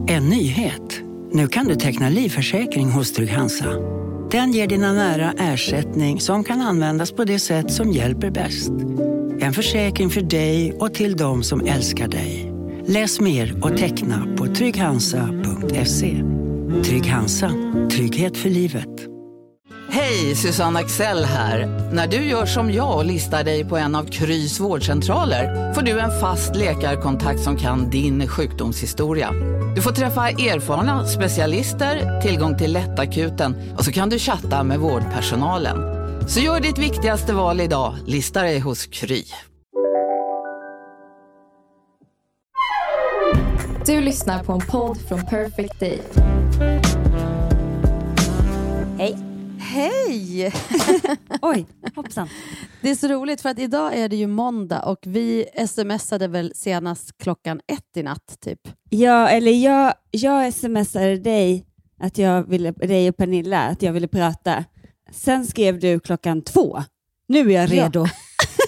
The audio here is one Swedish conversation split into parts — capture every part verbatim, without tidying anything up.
En nyhet. Nu kan du teckna livförsäkring hos Trygg Hansa. Den ger dina nära ersättning som kan användas på det sätt som hjälper bäst. En försäkring för dig och till de som älskar dig. Läs mer och teckna på trygg hansa punkt se. Trygg Hansa. Trygghet för livet. Hej, Susanne Axel här. När du gör som jag och listar dig på en av Krys vårdcentraler får du en fast läkarkontakt som kan din sjukdomshistoria. Du får träffa erfarna specialister, tillgång till lättakuten och så kan du chatta med vårdpersonalen. Så gör ditt viktigaste val idag, lista dig hos Kry. Du lyssnar på en podd från Perfect Day. Hej. Hej! Oj, hoppsan. Det är så roligt för att idag är det ju måndag och vi smsade väl senast klockan ett i natt typ. Ja, eller jag, jag smsade dig att jag ville, dig och Pernilla att jag ville prata. Sen skrev du klockan två. Nu är jag redo. Ja.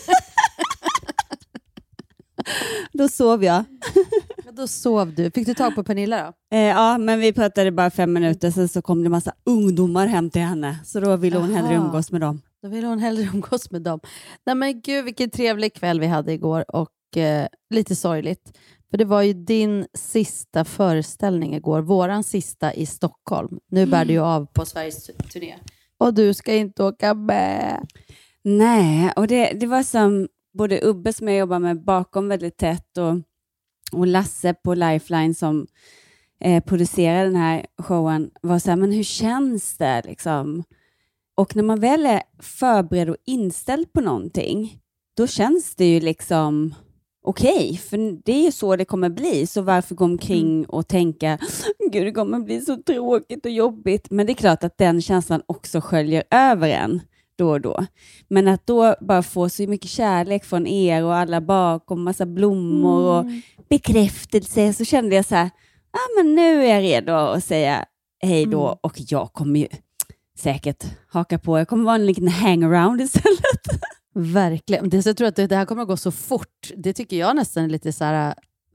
Då sov jag. Då sov du. Fick du tag på Pernilla då? Eh, ja, men vi pratade bara fem minuter. Sen så kom det massa ungdomar hem till henne. Så då ville hon hellre umgås med dem. Då ville hon hellre umgås med dem. Nej men gud, vilken trevlig kväll vi hade igår. Och eh, lite sorgligt. För det var ju din sista föreställning igår. Våran sista i Stockholm. Nu bär du ju av på Sveriges turné. Och du ska inte åka med. Nej, och det, det var som både Ubbe som jag jobbar med bakom väldigt tätt och, och Lasse på Lifeline som eh, producerar den här showen var så här, men hur känns det liksom? Och när man väl är förberedd och inställd på någonting, då känns det ju liksom okej, okay, för det är ju så det kommer bli. Så varför gå omkring mm. och tänka, gud det kommer bli så tråkigt och jobbigt. Men det är klart att den känslan också sköljer över en då och då. Men att då bara få så mycket kärlek från er och alla bakom, massa blommor mm. och bekräftelse, så kände jag så här, ja ah, men nu är jag redo att säga hej då mm. och jag kommer ju säkert haka på. Jag kommer vara en liten hangaround istället. Verkligen. Det, så jag tror att det, det här kommer att gå så fort. Det tycker jag nästan är lite så här,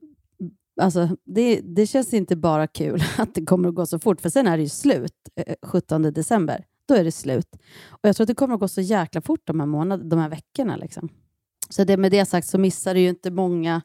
alltså det, det känns inte bara kul att det kommer att gå så fort, för sen är det ju slut sjuttonde december. Då är det slut. Och jag tror att det kommer att gå så jäkla fort de här månaderna, de här veckorna liksom. Så det, med det sagt så missar det ju inte många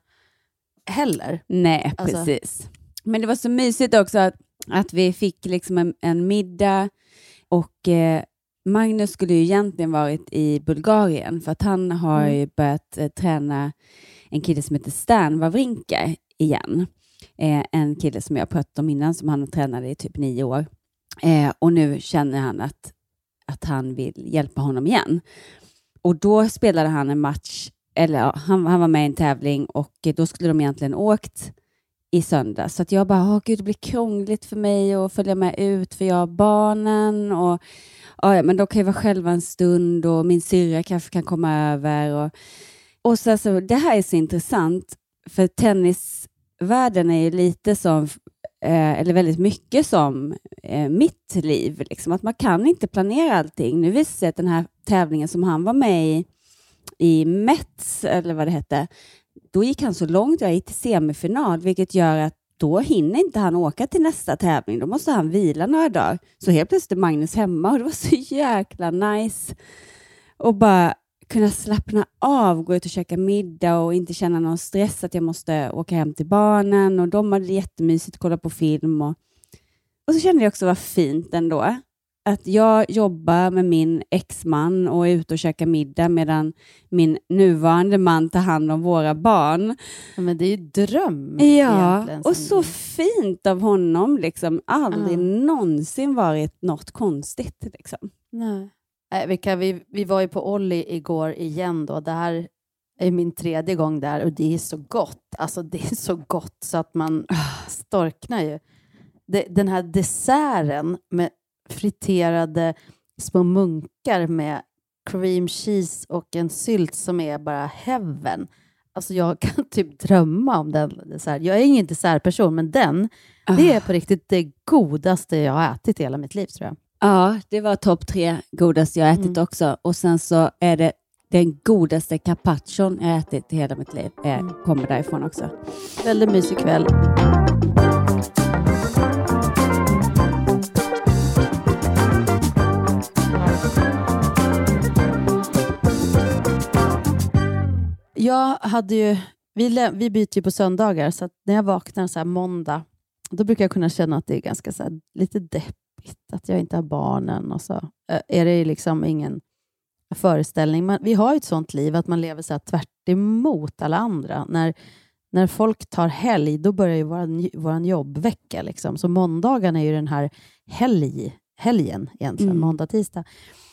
heller. Nej, alltså. Precis. Men det var så mysigt också att, att vi fick liksom en, en middag och eh, Magnus skulle ju egentligen varit i Bulgarien för att han har mm. ju börjat eh, träna en kille som heter Stan Wawrinka igen. Eh, en kille som jag pratat om innan som han tränade i typ nio år. Eh, och nu känner han att, att han vill hjälpa honom igen. Och då spelade han en match, eller ja, han, han var med i en tävling och eh, då skulle de egentligen åkt i söndag. Så att jag bara, åh gud det blir krångligt för mig att följa med ut för jag har barnen och ja, men då kan jag vara själva en stund och min syrra kanske kan komma över. Och, och så alltså, det här är så intressant för tennisvärlden är ju lite som eller väldigt mycket som eh, mitt liv. Liksom. Att man kan inte planera allting. Nu visar sig att den här tävlingen som han var med i, i Mets, eller vad det hette, då gick han så långt, jag gick till semifinal, vilket gör att då hinner inte han åka till nästa tävling. Då måste han vila några dagar. Så helt plötsligt är Magnus hemma och det var så jäkla nice. Och bara kunna slappna av, gå ut och käka middag och inte känna någon stress att jag måste åka hem till barnen. Och de hade jättemysigt att kolla på film. Och, och så kände jag också vad fint ändå. Att jag jobbar med min exman och är ute och käkar middag medan min nuvarande man tar hand om våra barn. Ja, men det är ju dröm. Ja, och så fint av honom. Liksom. Aldrig uh. någonsin varit något konstigt. Liksom. Nej. Äh, vi, kan, vi, vi var ju på Olli igår igen då. Det här är min tredje gång där och det är så gott. Alltså det är så gott så att man storknar ju. Det, den här desserten med friterade små munkar med cream cheese och en sylt som är bara heaven. Alltså jag kan typ drömma om den dessert. Jag är ingen dessertperson, men den, uh. det är på riktigt det godaste jag har ätit i hela mitt liv, tror jag. Ja, det var topp tre godaste jag ätit mm. också. Och sen så är det den godaste carpaccion jag ätit i hela mitt liv. Jag kommer därifrån också. Väldigt mysig kväll. jag hade ju, vi, lä- vi byter ju på söndagar, så att när jag vaknar så här måndag, då brukar jag kunna känna att det är ganska så här, lite deppigt, att jag inte har barnen och så. Äh, är det liksom ingen föreställning. Man, vi har ju ett sånt liv att man lever så här tvärt emot alla andra. När, när folk tar helg, då börjar ju våran, våran jobbvecka. Liksom. Så måndagen är ju den här helg, helgen egentligen, mm. måndag, tisdag.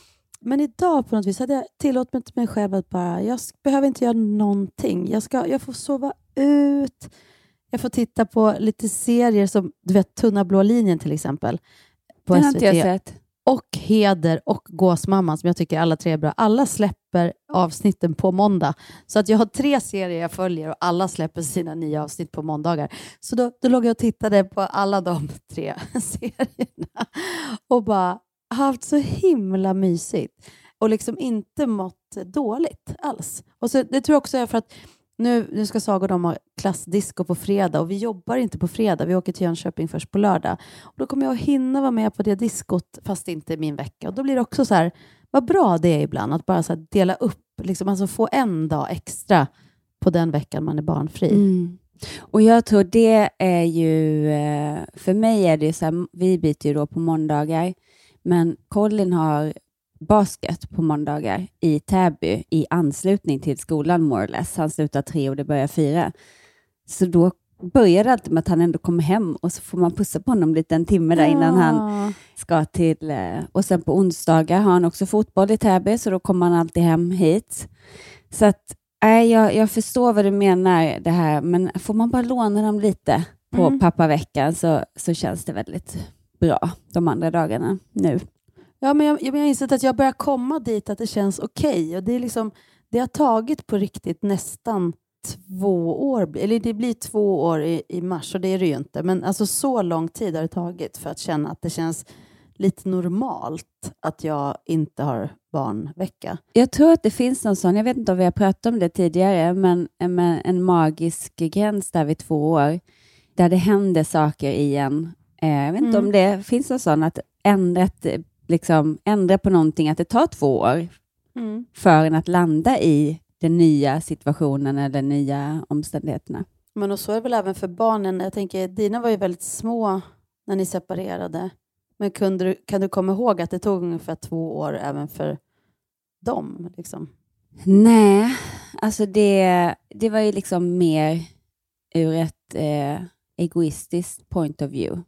Men idag på något vis hade jag tillåtit mig själv att bara, jag behöver inte göra någonting. Jag, ska, jag får sova ut. Jag får titta på lite serier som, du vet, Tunna blå linjen till exempel. På Den S har V T. inte jag sett. Och Heder och Gåsmamman, som jag tycker alla tre är bra. Alla släpper avsnitten på måndag. Så att jag har tre serier jag följer och alla släpper sina nya avsnitt på måndagar. Så då, då låg jag och tittade på alla de tre serierna. Och bara haft så himla mysigt. Och liksom inte mått dåligt alls. Och så, det tror jag också är för att nu, nu ska Saga och de ha klassdisco på fredag. Och vi jobbar inte på fredag. Vi åker till Jönköping först på lördag. Och då kommer jag att hinna vara med på det diskot, fast inte min vecka. Och då blir det också så här, vad bra det är ibland. Att bara så här dela upp, liksom, alltså få en dag extra på den veckan man är barnfri. Mm. Och jag tror det är ju, för mig är det så här, vi byter ju då på måndagar. Men Colin har basket på måndagar i Täby i anslutning till skolan more or less. Han slutar tre och det börjar fyra. Så då börjar det alltid med att han ändå kommer hem och så får man pussa på honom lite en timme där innan ja. han ska till. Och sen på onsdagar har han också fotboll i Täby, så då kommer han alltid hem hit. Så att äh, jag, jag förstår vad du menar det här, men får man bara låna dem lite på mm. pappaveckan så, så känns det väldigt bra de andra dagarna nu. Ja, men jag, jag har insett att jag börjar komma dit att det känns okej. Okay. Och det är liksom, det har tagit på riktigt nästan två år. Eller det blir två år i, i mars, och det är det ju inte. Men alltså så lång tid har det tagit för att känna att det känns lite normalt att jag inte har barnvecka. Jag tror att det finns någon sån, jag vet inte om vi har pratat om det tidigare, men, men en magisk gräns där vid två år. Där det händer saker igen. Eh, jag vet inte mm. om det finns någon sån att ändrat liksom ändra på någonting, att det tar två år mm. för en att landa i den nya situationen eller de nya omständigheterna. Men och så är det väl även för barnen. Jag tänker, dina var ju väldigt små när ni separerade. Men kunde du, kan du komma ihåg att det tog ungefär två år även för dem? Liksom? Nej, alltså det, det var ju liksom mer ur ett eh, egoistiskt point of view.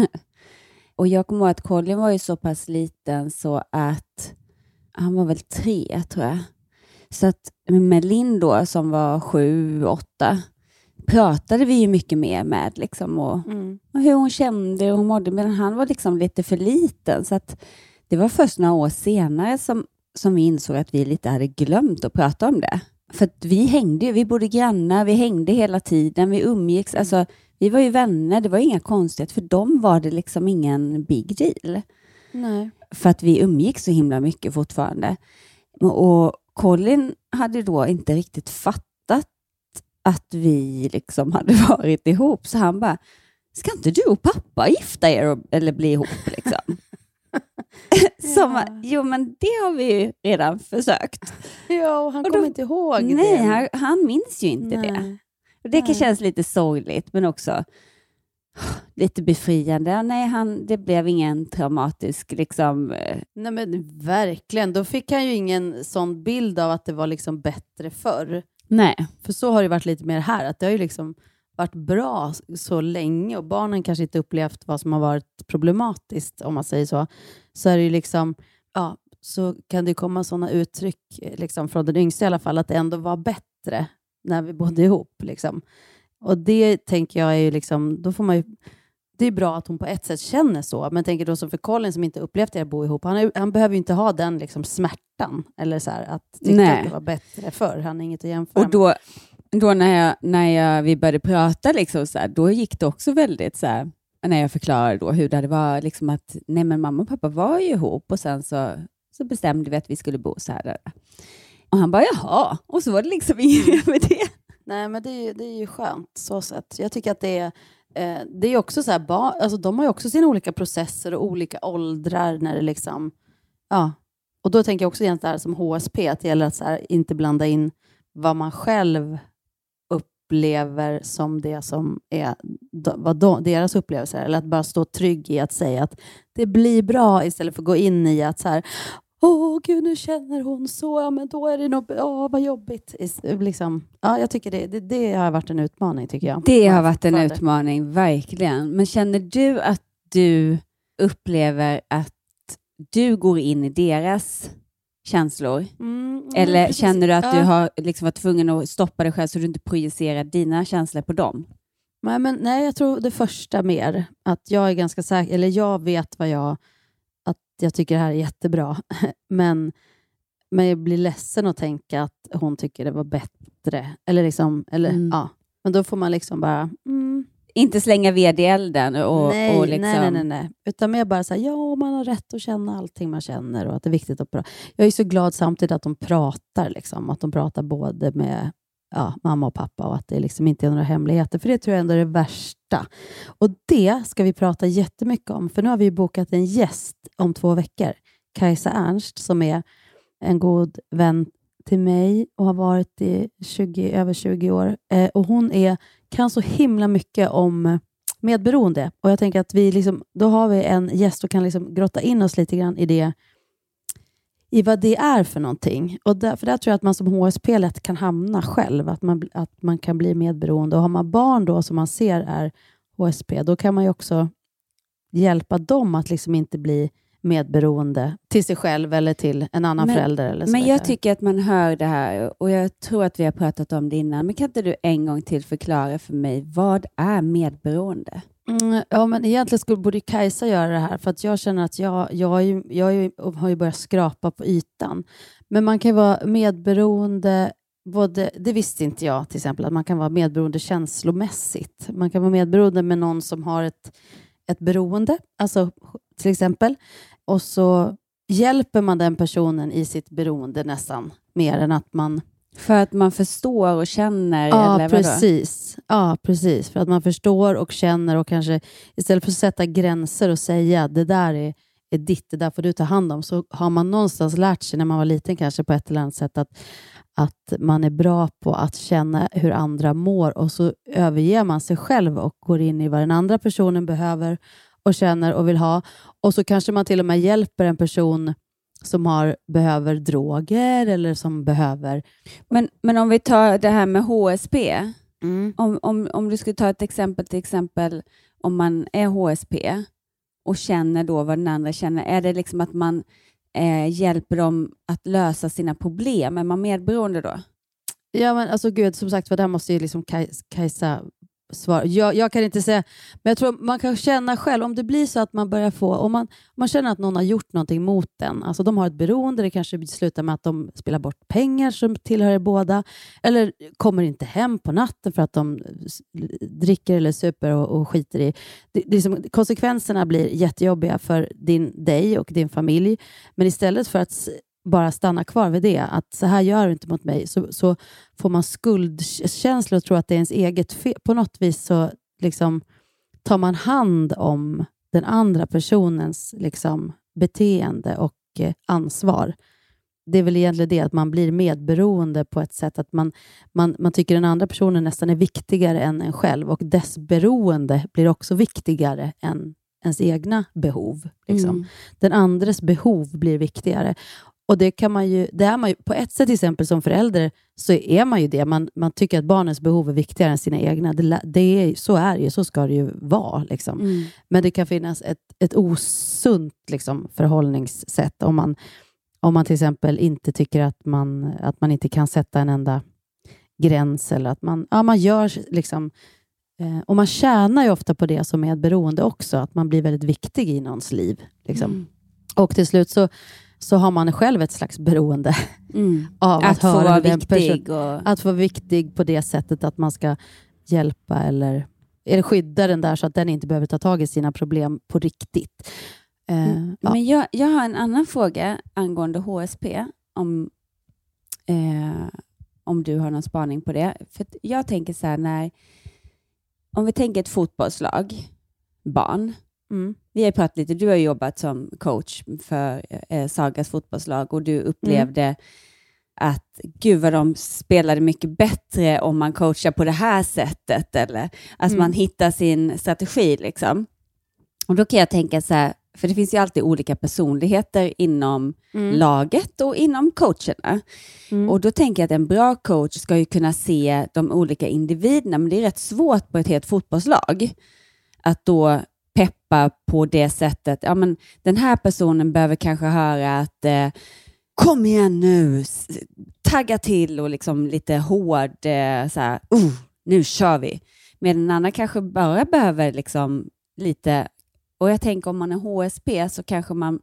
Och jag kommer ihåg att Colin var ju så pass liten så att han var väl tre, tror jag. Så att med Linn då, som var sju, åtta, pratade vi ju mycket mer med liksom, och, mm. och hur hon kände och hon mådde. Men han var liksom lite för liten, så att det var först några år senare som, som vi insåg att vi lite hade glömt att prata om det. För att vi hängde ju, vi bodde grannar, vi hängde hela tiden, vi umgicks, alltså vi var ju vänner, det var inga konstigheter. För dem var det liksom ingen big deal. Nej. För att vi umgicks så himla mycket fortfarande. Och Colin hade då inte riktigt fattat att vi liksom hade varit ihop. Så han bara, ska inte du och pappa gifta er och, eller bli ihop liksom? Som, ja. Jo, men det har vi ju redan försökt. Ja, och han kommer inte ihåg nej, det. Nej, han, han minns ju inte nej. det. Och det kan kännas lite sorgligt, men också lite befriande. Nej, han, det blev ingen traumatisk liksom. Nej, men verkligen. Då fick han ju ingen sån bild av att det var liksom bättre förr. Nej. För så har det varit lite mer här. Att det har ju liksom varit bra så länge. Och barnen kanske inte upplevt vad som har varit problematiskt, om man säger så. Så är det ju liksom, ja, så kan det komma sådana uttryck liksom, från den yngsta i alla fall, att det ändå var bättre när vi bodde ihop liksom. Och det tänker jag är ju liksom, då får man ju, det är bra att hon på ett sätt känner så, men tänker då så för Colin som inte upplevt det att bo ihop, han, är, han behöver ju inte ha den liksom smärtan eller så här, att tycka Nej. att det var bättre förr, han har inget att jämföra. Och då, då när, jag, när jag, vi började prata liksom så här, då gick det också väldigt så här, när jag förklarade då hur det var liksom att, nej men mamma och pappa var ju ihop och sen så, så bestämde vi att vi skulle bo så här där. Och han bara, jaha, och så var det liksom inget med det. Nej, men det är, det är ju skönt så sätt. Jag tycker att det är eh, det är också så här, ba, alltså de har ju också sina olika processer och olika åldrar när det liksom, ja. Och då tänker jag också egentligen där som H S P att det gäller att så här, inte blanda in vad man själv upplever som det som är vad de, deras upplevelser. Eller att bara stå trygg i att säga att det blir bra istället för att gå in i att så här, åh gud nu känner hon så, ja men då är det nog, åh vad jobbigt. Liksom, ja, jag tycker det, det, det har varit en utmaning tycker jag. Det har varit en utmaning, verkligen. Men känner du att du upplever att du går in i deras känslor? Mm, Eller precis. Känner du att ja. du har liksom varit tvungen att stoppa dig själv så du inte projicerar dina känslor på dem? Nej, men, nej, jag tror det första mer. Att jag är ganska säker, eller jag vet vad jag, att jag tycker det här är jättebra. men, men jag blir ledsen att tänka att hon tycker det var bättre. Eller liksom, eller mm. ja. Men då får man liksom bara... Mm. Inte slänga ved i elden och, nej, och liksom... nej, nej, nej. Utan mer bara säga, ja man har rätt att känna allting man känner och att det är viktigt att prata. Jag är så glad samtidigt att de pratar liksom. Att de pratar både med ja, mamma och pappa och att det liksom inte är några hemligheter. För det tror jag ändå är det värsta. Och det ska vi prata jättemycket om. För nu har vi bokat en gäst om två veckor. Kajsa Ernst som är en god vän till mig och har varit i tjugo, över tjugo år. Eh, och hon är, kan så himla mycket om medberoende. Och jag tänker att vi liksom, då har vi en gäst och kan liksom grotta in oss lite grann i det. I vad det är för någonting. Och där, för där tror jag att man som H S P lätt kan hamna själv. Att man, att man kan bli medberoende. Och har man barn då som man ser är H S P. Då kan man ju också hjälpa dem att liksom inte bli medberoende till sig själv eller till en annan men, förälder. Eller så men jag tycker att man hör det här och jag tror att vi har pratat om det innan. Men kan inte du en gång till förklara för mig, vad är medberoende? Mm, ja, men egentligen skulle borde Kajsa göra det här för att jag känner att jag, jag, jag, jag har ju börjat skrapa på ytan. Men man kan vara medberoende, både, det visste inte jag till exempel, att man kan vara medberoende känslomässigt. Man kan vara medberoende med någon som har ett, ett beroende, alltså till exempel. Och så hjälper man den personen i sitt beroende nästan mer än att man... För att man förstår och känner? Ja, eller precis. Ja, precis. För att man förstår och känner och kanske istället för att sätta gränser och säga det där är, är ditt, det där får du ta hand om. Så har man någonstans lärt sig när man var liten kanske på ett eller annat sätt att, att man är bra på att känna hur andra mår. Och så överger man sig själv och går in i vad den andra personen behöver och känner och vill ha. Och så kanske man till och med hjälper en person som har, behöver droger eller som behöver... Men, men om vi tar det här med H S P. Mm. Om, om, om du skulle ta ett exempel, till exempel om man är H S P och känner då vad den andra känner. Är det liksom att man eh, hjälper dem att lösa sina problem? Är man medberoende då? Ja, men alltså gud, som sagt, för det här måste ju liksom Kaj, Kajsa svar. Jag, jag kan inte säga, men jag tror man kan känna själv, om det blir så att man börjar få, om man, om man känner att någon har gjort någonting mot den, alltså de har ett beroende, det kanske slutar med att de spelar bort pengar som tillhör båda, eller kommer inte hem på natten för att de dricker eller super och, och skiter i. Det, det är som, konsekvenserna blir jättejobbiga för din, dig och din familj, men istället för att bara stanna kvar vid det, att så här gör du inte mot mig, så, så får man skuldkänsla och tror att det är ens eget fel. På något vis så liksom tar man hand om den andra personens liksom beteende och eh, ansvar. Det är väl egentligen det, att man blir medberoende på ett sätt att man, man, man tycker den andra personen nästan är viktigare än en själv, och dess beroende blir också viktigare än ens egna behov. Liksom. Mm. Den andres behov blir viktigare. Och det kan man ju, det är man ju, på ett sätt till exempel som förälder så är man ju det. Man, man tycker att barnens behov är viktigare än sina egna. Det, det är, så är det ju, så ska det ju vara. Liksom. Mm. Men det kan finnas ett, ett osunt liksom, förhållningssätt om man, om man till exempel inte tycker att man, att man inte kan sätta en enda gräns. Eller att man, ja, man gör liksom, eh, och man tjänar ju ofta på det som är ett beroende också. Att man blir väldigt viktig i någons liv. Liksom. Mm. Och till slut så så har man själv ett slags beroende mm. av att, att höra få vara den viktig. Person, och... Att få vara viktig på det sättet att man ska hjälpa eller, eller skydda den där så att den inte behöver ta tag i sina problem på riktigt. Uh, mm. ja. Men jag, jag har en annan fråga angående H S P. Om, eh, om du har någon spaning på det. För jag tänker så här, när, om vi tänker ett fotbollslag, barn. Mm. Vi har pratat lite, du har jobbat som coach för eh, Sagas fotbollslag och du upplevde mm. att gud vad de spelade mycket bättre om man coachar på det här sättet, eller att mm. man hittar sin strategi liksom. Och då kan jag tänka så här, för det finns ju alltid olika personligheter inom mm. laget och inom coacherna. Mm. Och då tänker jag att en bra coach ska ju kunna se de olika individerna, men det är rätt svårt på ett helt fotbollslag att då peppa på det sättet. Ja, men den här personen behöver kanske höra att eh, kom igen nu, tagga till och liksom lite hård eh, så här, uh, nu kör vi. Medan den andra kanske bara behöver liksom lite. Och jag tänker om man är H S P så kanske man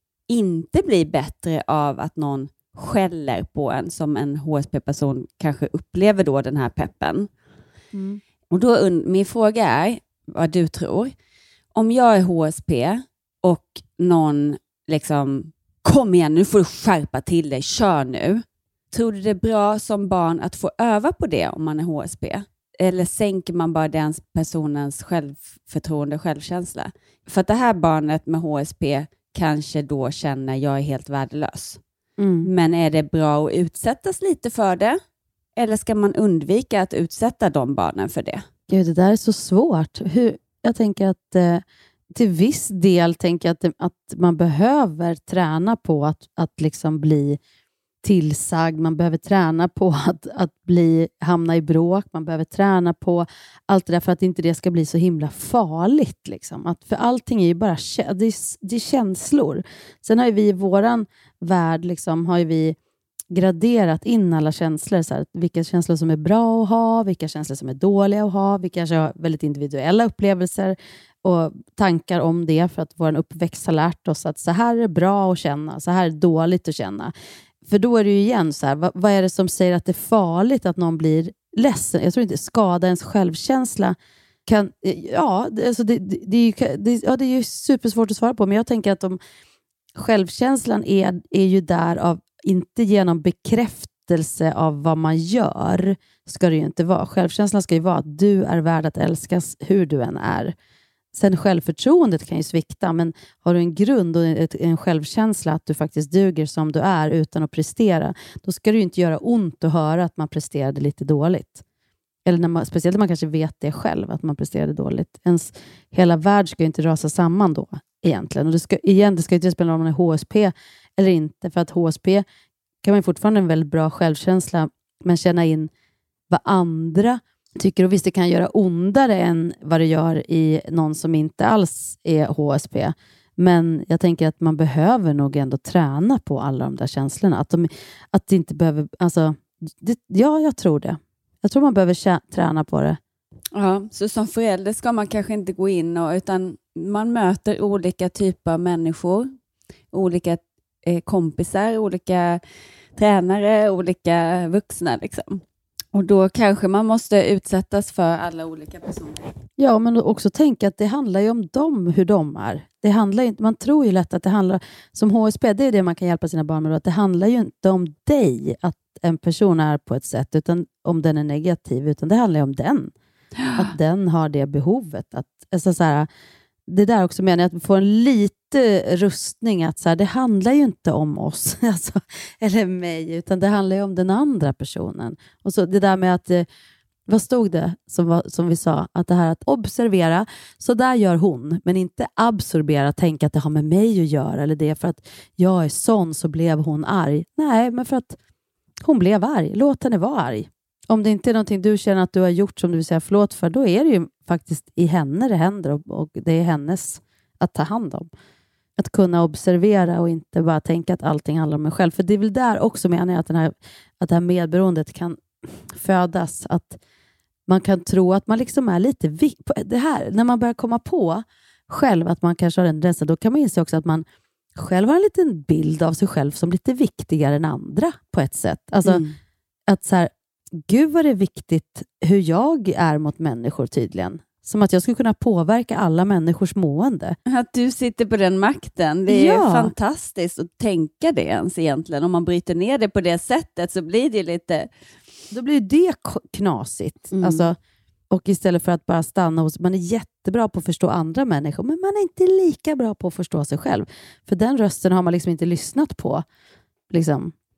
inte blir bättre av att någon skäller på en, som en H S P-person kanske upplever då den här peppen. Mm. Och då min fråga är vad du tror. Om jag är H S P och någon liksom, kom igen nu får du skärpa till dig, kör nu. Tror du det är bra som barn att få öva på det om man är H S P? Eller sänker man bara den personens självförtroende och självkänsla? För att det här barnet med H S P kanske då känner jag är helt värdelös. Mm. Men är det bra att utsättas lite för det? Eller ska man undvika att utsätta de barnen för det? Gud, det där är så svårt. Hur, jag tänker att eh, till viss del tänker jag att, att man behöver träna på att, att liksom bli tillsagd. Man behöver träna på att, att bli, hamna i bråk. Man behöver träna på allt det där för att inte det ska bli så himla farligt. Liksom. Att, för allting är ju bara det är, det är känslor. Sen har ju vi i våran värld liksom, har ju vi graderat in alla känslor. Så här, vilka känslor som är bra att ha, vilka känslor som är dåliga att ha. Vi kanske har väldigt individuella upplevelser och tankar om det för att vår uppväxt har lärt oss att så här är bra att känna, så här är dåligt att känna. För då är det ju igen så här, vad, vad är det som säger att det är farligt att någon blir ledsen? Jag tror inte skada ens självkänsla kan, ja, alltså det, det, det, är ju, det, ja, det är ju supersvårt att svara på, men jag tänker att om självkänslan är, är ju där av, inte genom bekräftelse av vad man gör, ska det ju inte vara. Självkänslan ska ju vara att du är värd att älskas hur du än är. Sen självförtroendet kan ju svikta, men har du en grund och en självkänsla att du faktiskt duger som du är utan att prestera, då ska det ju inte göra ont att höra att man presterade lite dåligt. Eller när man, speciellt när man kanske vet det själv, att man presterade dåligt. Ens hela värld ska ju inte rasa samman då egentligen. Och det ska, igen, det ska inte spela om man är H S P eller inte, för att H S P kan man fortfarande en väldigt bra självkänsla, men känna in vad andra tycker, och visst det kan göra ondare än vad det gör i någon som inte alls är H S P. Men jag tänker att man behöver nog ändå träna på alla de där känslorna. Att, de, att det inte behöver, alltså, det, ja jag tror det. Jag tror man behöver kä- träna på det. Ja, så som förälder ska man kanske inte gå in och, utan man möter olika typer av människor, olika eh, kompisar, olika tränare, olika vuxna liksom. Och då kanske man måste utsättas för alla olika personer. Ja, men också tänka att det handlar ju om dem, hur de är. Det handlar inte, man tror ju lätt att det handlar, som H S P, det är det man kan hjälpa sina barn med, att det handlar ju inte om dig, att en person är på ett sätt, utan om den är negativ, utan det handlar ju om den. Att den har det behovet. Att, alltså så här, det där också menar jag, att få en lite rustning, att så här, det handlar ju inte om oss alltså, eller mig, utan det handlar ju om den andra personen. Och så det där med att, vad stod det som, var, som vi sa, att det här att observera, så där gör hon, men inte absorbera, tänka att det har med mig att göra, eller det för att jag är sån så blev hon arg. Nej, men för att hon blev arg, låt henne vara arg. Om det inte är någonting du känner att du har gjort som du vill säga förlåt för, då är det ju faktiskt i henne det händer, och, och det är hennes att ta hand om. Att kunna observera och inte bara tänka att allting handlar om mig själv. För det är väl där också, menar jag, att, den här, att det här medberoendet kan födas. Att man kan tro att man liksom är lite vi- det här, när man börjar komma på själv att man kanske har en resa, då kan man inse också att man själv har en liten bild av sig själv som lite viktigare än andra på ett sätt. Alltså mm. att så här, gud vad det är viktigt hur jag är mot människor tydligen. Som att jag skulle kunna påverka alla människors mående. Att du sitter på den makten, det är ja. fantastiskt att tänka det ens egentligen. Om man bryter ner det på det sättet så blir det lite... Då blir det knasigt. Mm. Alltså, och istället för att bara stanna hos... Man är jättebra på att förstå andra människor, men man är inte lika bra på att förstå sig själv. För den rösten har man liksom inte lyssnat på. Liksom.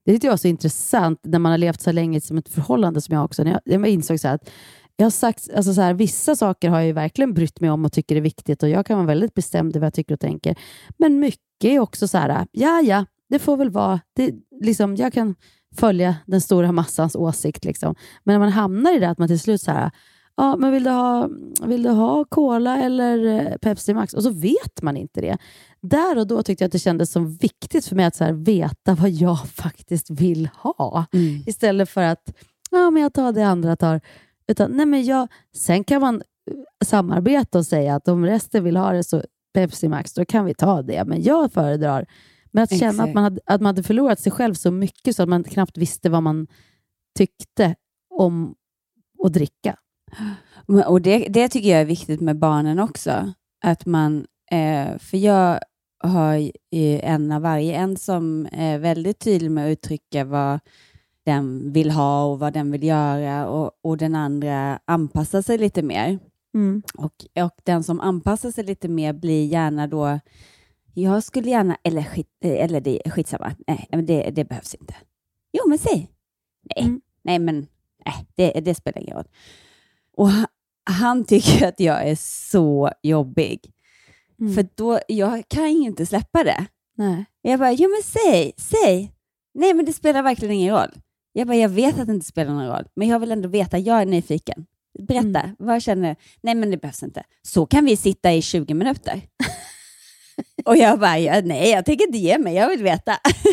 Det tyckte jag var så intressant när man har levt så länge som ett förhållande som jag också. När jag, jag insåg så här att jag har sagt, alltså så här, vissa saker har jag ju verkligen brytt mig om och tycker är viktigt. Och jag kan vara väldigt bestämd i vad jag tycker och tänker. Men mycket är också så här, ja ja, det får väl vara. Det, liksom, jag kan följa den stora massans åsikt. Liksom. Men när man hamnar i det att man till slut så här, ja, men vill du ha, vill du ha cola eller Pepsi Max? Och så vet man inte det. Där och då tyckte jag att det kändes som viktigt för mig att så här veta vad jag faktiskt vill ha. Mm. Istället för att, ja men jag tar det andra tar. Utan, nej men jag, sen kan man samarbeta och säga att om resten vill ha det så Pepsi Max, då kan vi ta det. Men jag föredrar. Men att känna att man, hade, att man hade förlorat sig själv så mycket så att man knappt visste vad man tyckte om att dricka. Och det, det tycker jag är viktigt med barnen också. Att man, eh, för jag har ju en av varje, en som är väldigt tydlig med att uttrycka vad den vill ha och vad den vill göra, och, och den andra anpassar sig lite mer. Mm. Och, och den som anpassar sig lite mer blir gärna då, jag skulle gärna, eller, skit, eller det är skitsamma, nej det, det behövs inte. Jo men säg, nej, mm. nej men nej, det, det spelar ingen roll. Och han, han tycker att jag är så jobbig. Mm. För då, jag kan inte släppa det. Nej. Jag bara, jo men säg, säg. Nej men det spelar verkligen ingen roll. Jag bara, jag vet att det inte spelar någon roll. Men jag vill ändå veta, jag är nyfiken. Berätta, mm. vad känner du? Nej men det behövs inte. Så kan vi sitta i tjugo minuter. Och jag bara, ja, nej jag tänker inte ge mig, jag vill veta.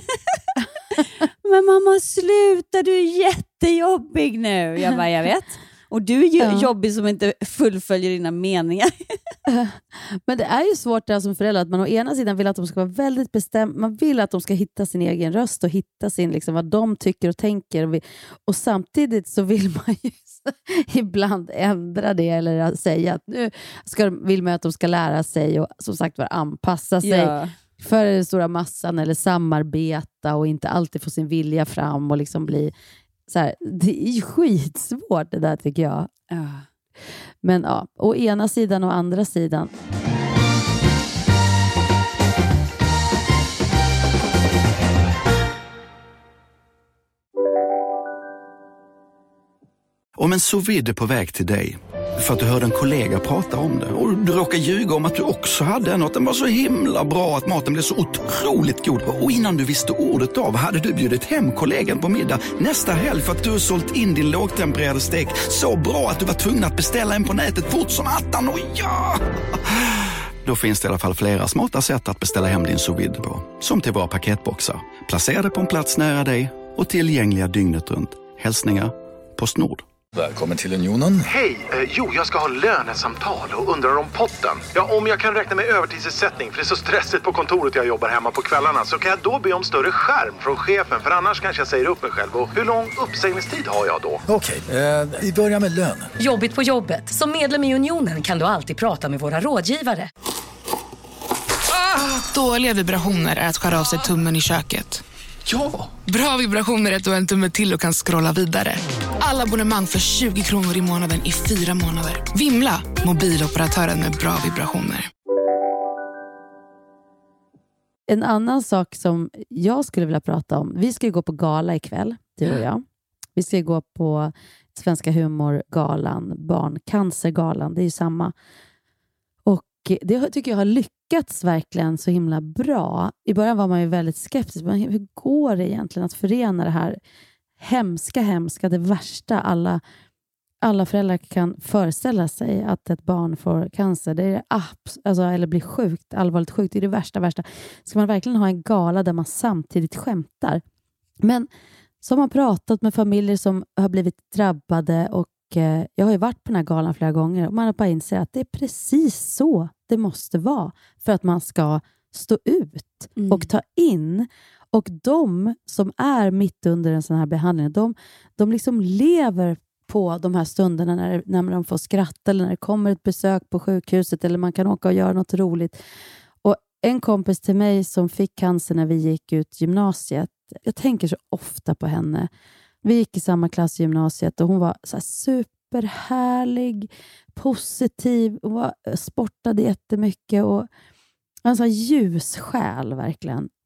Men mamma sluta, du är jättejobbig nu. Jag bara, jag vet. Och du är ju ja. jobbig som inte fullföljer dina meningar. Men det är ju svårt där som förälder att man å ena sidan vill att de ska vara väldigt bestämda. Man vill att de ska hitta sin egen röst och hitta sin, liksom, vad de tycker och tänker. Och, vi, och samtidigt så vill man ju ibland ändra det eller säga att nu ska, vill man att de ska lära sig och som sagt var anpassa sig. Ja. För den stora massan eller samarbeta och inte alltid få sin vilja fram och liksom bli så här, det är ju skitsvårt det där tycker jag. Ja. Men ja, å ena sidan och andra sidan. Om en sous vide är på väg till dig för att du hörde en kollega prata om det och du råkar ljuga om att du också hade en och att den var så himla bra att maten blev så otroligt god. Och innan du visste ordet av hade du bjudit hem kollegan på middag nästa helg för att du sålt in din lågtempererade stek så bra att du var tvungen att beställa en på nätet fort som attan. Och ja! Då finns det i alla fall flera smarta sätt att beställa hem din sous vide på. Som till våra paketboxar. Placerade på en plats nära dig och tillgängliga dygnet runt. Hälsningar PostNord. Välkommen till Unionen. Hej, eh, jo jag ska ha lönesamtal och undrar om potten. Ja, om jag kan räkna med övertidsersättning för det är så stressigt på kontoret jag jobbar hemma på kvällarna så kan jag då be om större skärm från chefen för annars kanske jag säger upp mig själv. Och hur lång uppsägningstid har jag då? Okej, eh, vi börjar med lön. Jobbigt på jobbet. Som medlem i Unionen kan du alltid prata med våra rådgivare. Ah, dåliga vibrationer är att skära av sig tummen i köket. Ja! Bra vibrationer är att du har en tumme till och kan scrolla vidare. Alla abonnemang för tjugo kronor i månaden i fyra månader. Vimla, mobiloperatören med bra vibrationer. En annan sak som jag skulle vilja prata om. Vi ska ju gå på gala ikväll, du och jag. Vi ska gå på Svenska humorgalan, barncancergalan. Det är ju samma. Och det tycker jag har lyckats verkligen så himla bra. I början var man ju väldigt skeptisk. Men hur går det egentligen att förena det här hemska, hemska, det värsta alla, alla föräldrar kan föreställa sig att ett barn får cancer. Det är abs- alltså, eller blir sjukt, allvarligt sjukt. Det är det värsta, värsta. Ska man verkligen ha en gala där man samtidigt skämtar? Men så har man pratat med familjer som har blivit drabbade och jag har ju varit på den här galan flera gånger och man har bara insett att det är precis så det måste vara för att man ska stå ut mm. och ta in. Och de som är mitt under en sån här behandling, de, de liksom lever på de här stunderna när, när de får skratta eller när det kommer ett besök på sjukhuset eller man kan åka och göra något roligt. Och en kompis till mig som fick cancer när vi gick ut gymnasiet, jag tänker så ofta på henne. Vi gick i samma klass i gymnasiet och hon var så här superhärlig, positiv och sportade jättemycket och en sån här ljussjäl verkligen.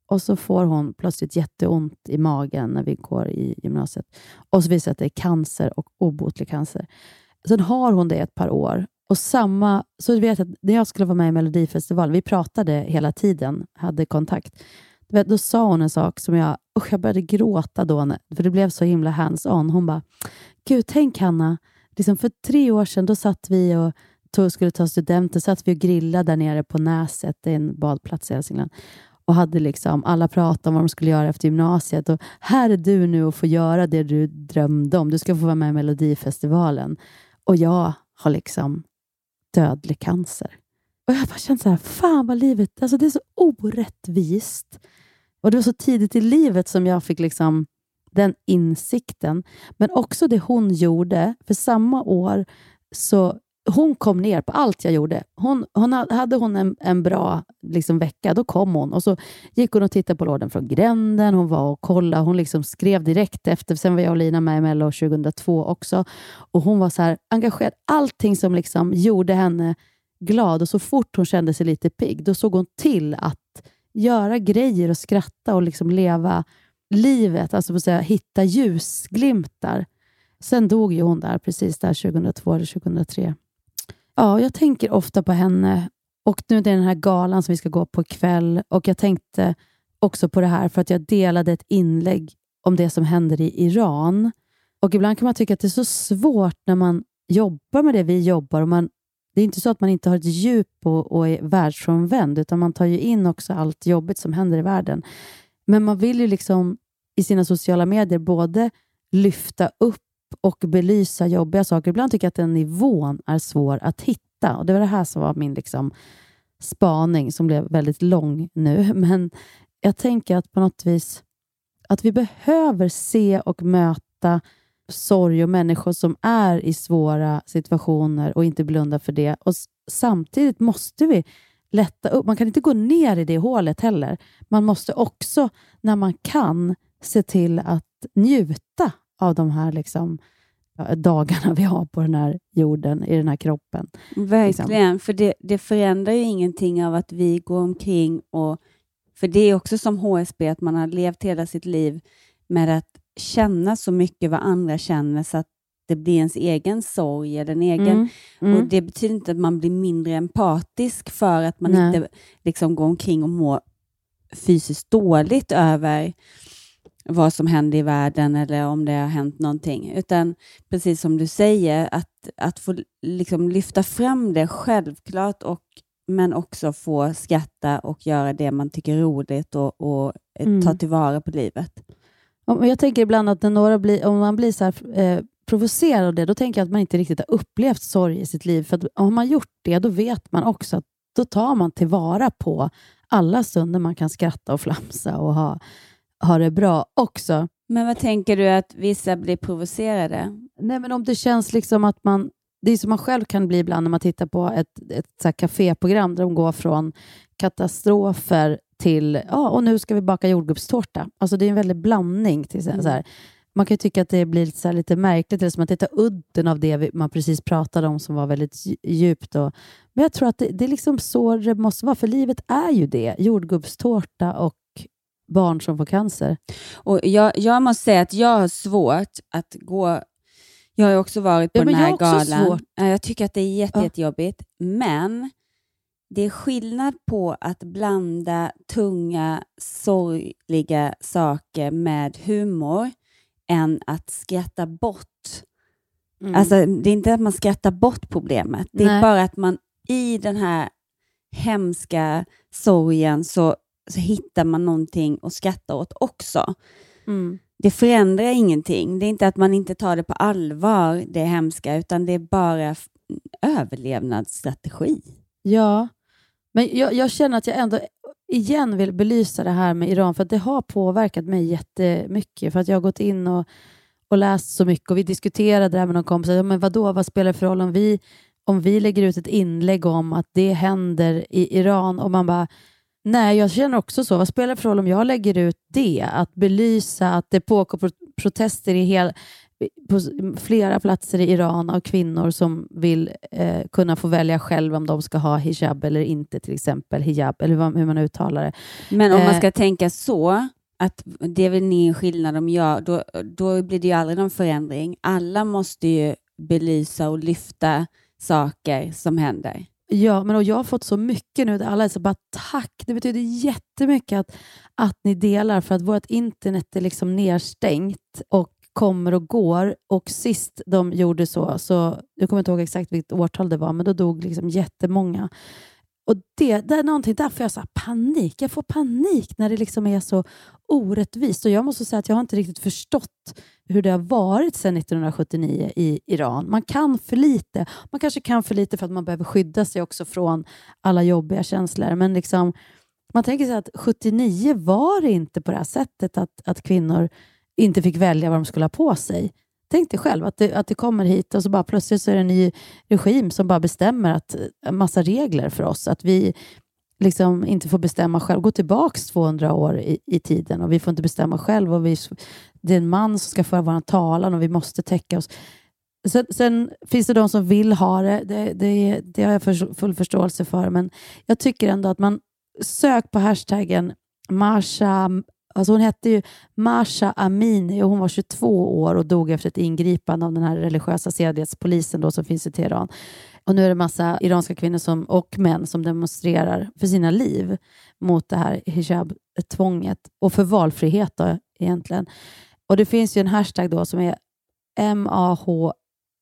Och så får hon plötsligt jätteont i magen när vi går i gymnasiet. Och så visar det att det är cancer och obotlig cancer. Sen har hon det ett par år. Och samma, så du vet att när jag skulle vara med i Melodifestivalen, vi pratade hela tiden, hade kontakt. Du vet, då sa hon en sak som jag, usch, jag började gråta då, för det blev så himla hands-on. Hon bara, gud, tänk Hanna, liksom för tre år sedan, då satt vi och tog, skulle ta studenter, satt vi och grillade där nere på Näset, det är en badplats i Hälsingland. Och hade liksom, alla pratat om vad de skulle göra efter gymnasiet. Och här är du nu och får göra det du drömde om. Du ska få vara med i Melodifestivalen. Och jag har liksom dödlig cancer. Och jag bara kände så här, fan vad livet, alltså det är så orättvist. Och det var så tidigt i livet som jag fick liksom den insikten. Men också det hon gjorde, för samma år så hon kom ner på allt jag gjorde. Hon, hon hade hon en, en bra liksom, vecka, då kom hon. Och så gick hon och tittade på Låden från gränden. Hon var och kollade. Hon liksom skrev direkt efter. Sen var jag och Lina med i Mello tjugohundratvå också. Och hon var så här engagerad. Allting som liksom gjorde henne glad. Och så fort hon kände sig lite pigg, då såg hon till att göra grejer och skratta och liksom leva livet. Alltså på säga, hitta ljusglimtar. Sen dog ju hon där precis där tjugohundratvå eller tjugohundratre. Ja, jag tänker ofta på henne. Och nu är det den här galan som vi ska gå på ikväll. Och jag tänkte också på det här för att jag delade ett inlägg om det som händer i Iran. Och ibland kan man tycka att det är så svårt när man jobbar med det vi jobbar. Och man, det är inte så att man inte har ett djup och, och är världsfrånvänd. Utan man tar ju in också allt jobbigt som händer i världen. Men man vill ju liksom i sina sociala medier både lyfta upp och belysa jobbiga saker. Ibland tycker jag att den nivån är svår att hitta. Och det var det här som var min liksom spaning som blev väldigt lång nu. Men jag tänker att på något vis att vi behöver se och möta sorg och människor som är i svåra situationer och inte blunda för det. Och samtidigt måste vi lätta upp. Man kan inte gå ner i det hålet heller. Man måste också, när man kan, se till att njuta av de här liksom, dagarna vi har på den här jorden, i den här kroppen. Verkligen, liksom. För det, det förändrar ju ingenting av att vi går omkring och, för det är också som H S B att man har levt hela sitt liv med att känna så mycket vad andra känner så att det blir ens egen sorg eller en egen, mm. Mm. och det betyder inte att man blir mindre empatisk för att man Nej. inte liksom går omkring och mår fysiskt dåligt över vad som händer i världen eller om det har hänt någonting. Utan precis som du säger, att, att få liksom lyfta fram det självklart, och, men också få skratta och göra det man tycker är roligt och, och mm. ta tillvara på livet. Jag tänker ibland att när några blir, om man blir så här, eh, provocerad av det, då tänker jag att man inte riktigt har upplevt sorg i sitt liv. För att om man gjort det, då vet man också att då tar man tillvara på alla stunder man kan skratta och flamsa och ha har det bra också. Men vad tänker du att vissa blir provocerade? Nej, men om det känns liksom att man, det är som man själv kan bli ibland när man tittar på ett, ett så här kaféprogram där de går från katastrofer till, ja, och nu ska vi baka jordgubbstårta. Alltså det är en väldig blandning till så här. Mm. Man kan ju tycka att det blir så här lite märkligt, eller som att det tar udden av det man precis pratade om som var väldigt djupt. Och, men jag tror att det, det är liksom så det måste vara, för livet är ju det. Jordgubbstårta och barn som får cancer. Och jag, jag måste säga att jag har svårt att gå. Jag har ju också varit på ja, den här jag galan. Svårt. Jag tycker att det är jätte, ja. jättejobbigt. Men det är skillnad på att blanda tunga, sorgliga saker med humor än att skratta bort. Mm. Alltså, det är inte att man skrattar bort problemet. Det Nej. är bara att man i den här hemska sorgen så så hittar man någonting och skrattar åt också. Mm. Det förändrar ingenting. Det är inte att man inte tar det på allvar, det hemska, utan det är bara f- överlevnadsstrategi. Ja, men jag, jag känner att jag ändå igen vill belysa det här med Iran, för att det har påverkat mig jättemycket. För att jag har gått in och, och läst så mycket, och vi diskuterade det här med någon kompis. Ja, men vadå, vad spelar det för roll om vi, om vi lägger ut ett inlägg om att det händer i Iran, och man bara, nej, jag känner också så. Vad spelar det för roll om jag lägger ut det? Att belysa att det pågår protester i hel, på flera platser i Iran av kvinnor som vill eh, kunna få välja själv om de ska ha hijab eller inte, till exempel hijab, eller hur, hur man uttalar det. Men om eh, man ska tänka så, att det är väl ni skillnad om jag, då, då blir det ju aldrig någon förändring. Alla måste ju belysa och lyfta saker som händer. Ja, men och jag har fått så mycket nu. Alla är så bara tack. Det betyder jättemycket att, att ni delar, för att vårt internet är liksom nedstängt och kommer och går. Och sist de gjorde så, så jag kommer inte ihåg exakt vilket årtal det var, men då dog liksom jättemånga. Och det, det är någonting, därför jag så här panik. Jag får panik när det liksom är så orättvist. Och jag måste säga att jag har inte riktigt förstått hur det har varit sedan nittonhundrasjuttionio i Iran. Man kan för lite. Man kanske kan för lite för att man behöver skydda sig också från alla jobbiga känslor. Men liksom, man tänker sig att sjuttionio var det inte på det här sättet att, att kvinnor inte fick välja vad de skulle ha på sig. Tänk dig själv att det, att det kommer hit och så bara plötsligt så är det en ny regim som bara bestämmer att en massa regler för oss. Att vi liksom inte får bestämma själv. Gå tillbaks tvåhundra år i, i tiden och vi får inte bestämma själv. Och vi, det är en man som ska föra vår talan och vi måste täcka oss. Sen, sen finns det de som vill ha det. Det, det, det har jag för, full förståelse för. Men jag tycker ändå att man sök på hashtaggen Masha. Alltså hon hette ju Masha Amini och hon var tjugotvå år och dog efter ett ingripande av den här religiösa sedlighetspolisen då som finns i Teheran. Och nu är det massa iranska kvinnor som, och män som demonstrerar för sina liv mot det här hijab-tvånget och för valfrihet då, egentligen. Och det finns ju en hashtag då som är M A H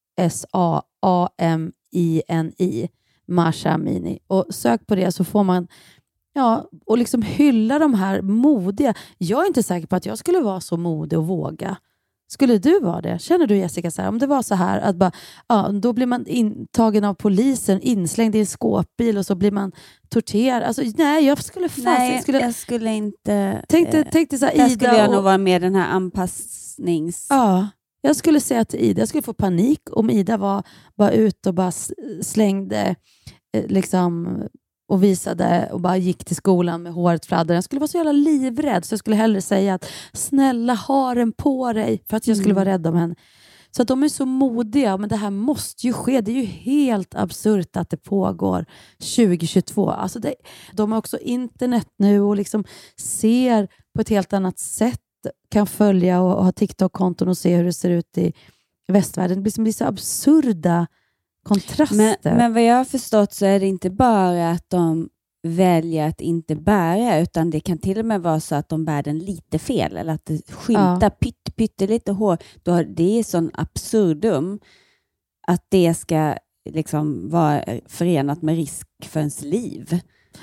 S A A M I N I Masha Amini. Och sök på det så får man ja, och liksom hylla de här modiga. Jag är inte säker på att jag skulle vara så modig och våga. Skulle du vara det? Känner du, Jessica, så här, om det var så här att bara, ja, då blir man intagen av polisen, inslängd i en skåpbil och så blir man torterad. Alltså, nej, jag skulle fast, Nej, jag skulle, jag skulle inte... tänkte, tänkte så här, där Ida skulle jag och, nog vara med den här anpassnings... Ja, jag skulle säga till Ida, jag skulle få panik om Ida var bara ute och bara slängde liksom och visade och bara gick till skolan med håret fladdrar. Jag skulle vara så jävla livrädd så jag skulle hellre säga att snälla, ha den på dig, för att jag skulle Mm. vara rädd om henne. Så att de är så modiga, men det här måste ju ske. Det är ju helt absurt att det pågår tjugohundratjugotvå. Alltså det, de har också internet nu och liksom ser på ett helt annat sätt, kan följa och, och ha TikTok-konton och se hur det ser ut i västvärlden. Det blir, det blir så absurda kontraster. Men, men vad jag har förstått så är det inte bara att de väljer att inte bära, utan det kan till och med vara så att de bär den lite fel eller att det skymtar ja. pytt, pyttelite hår. Då, det är sån absurdum att det ska liksom vara förenat med risk för ens liv.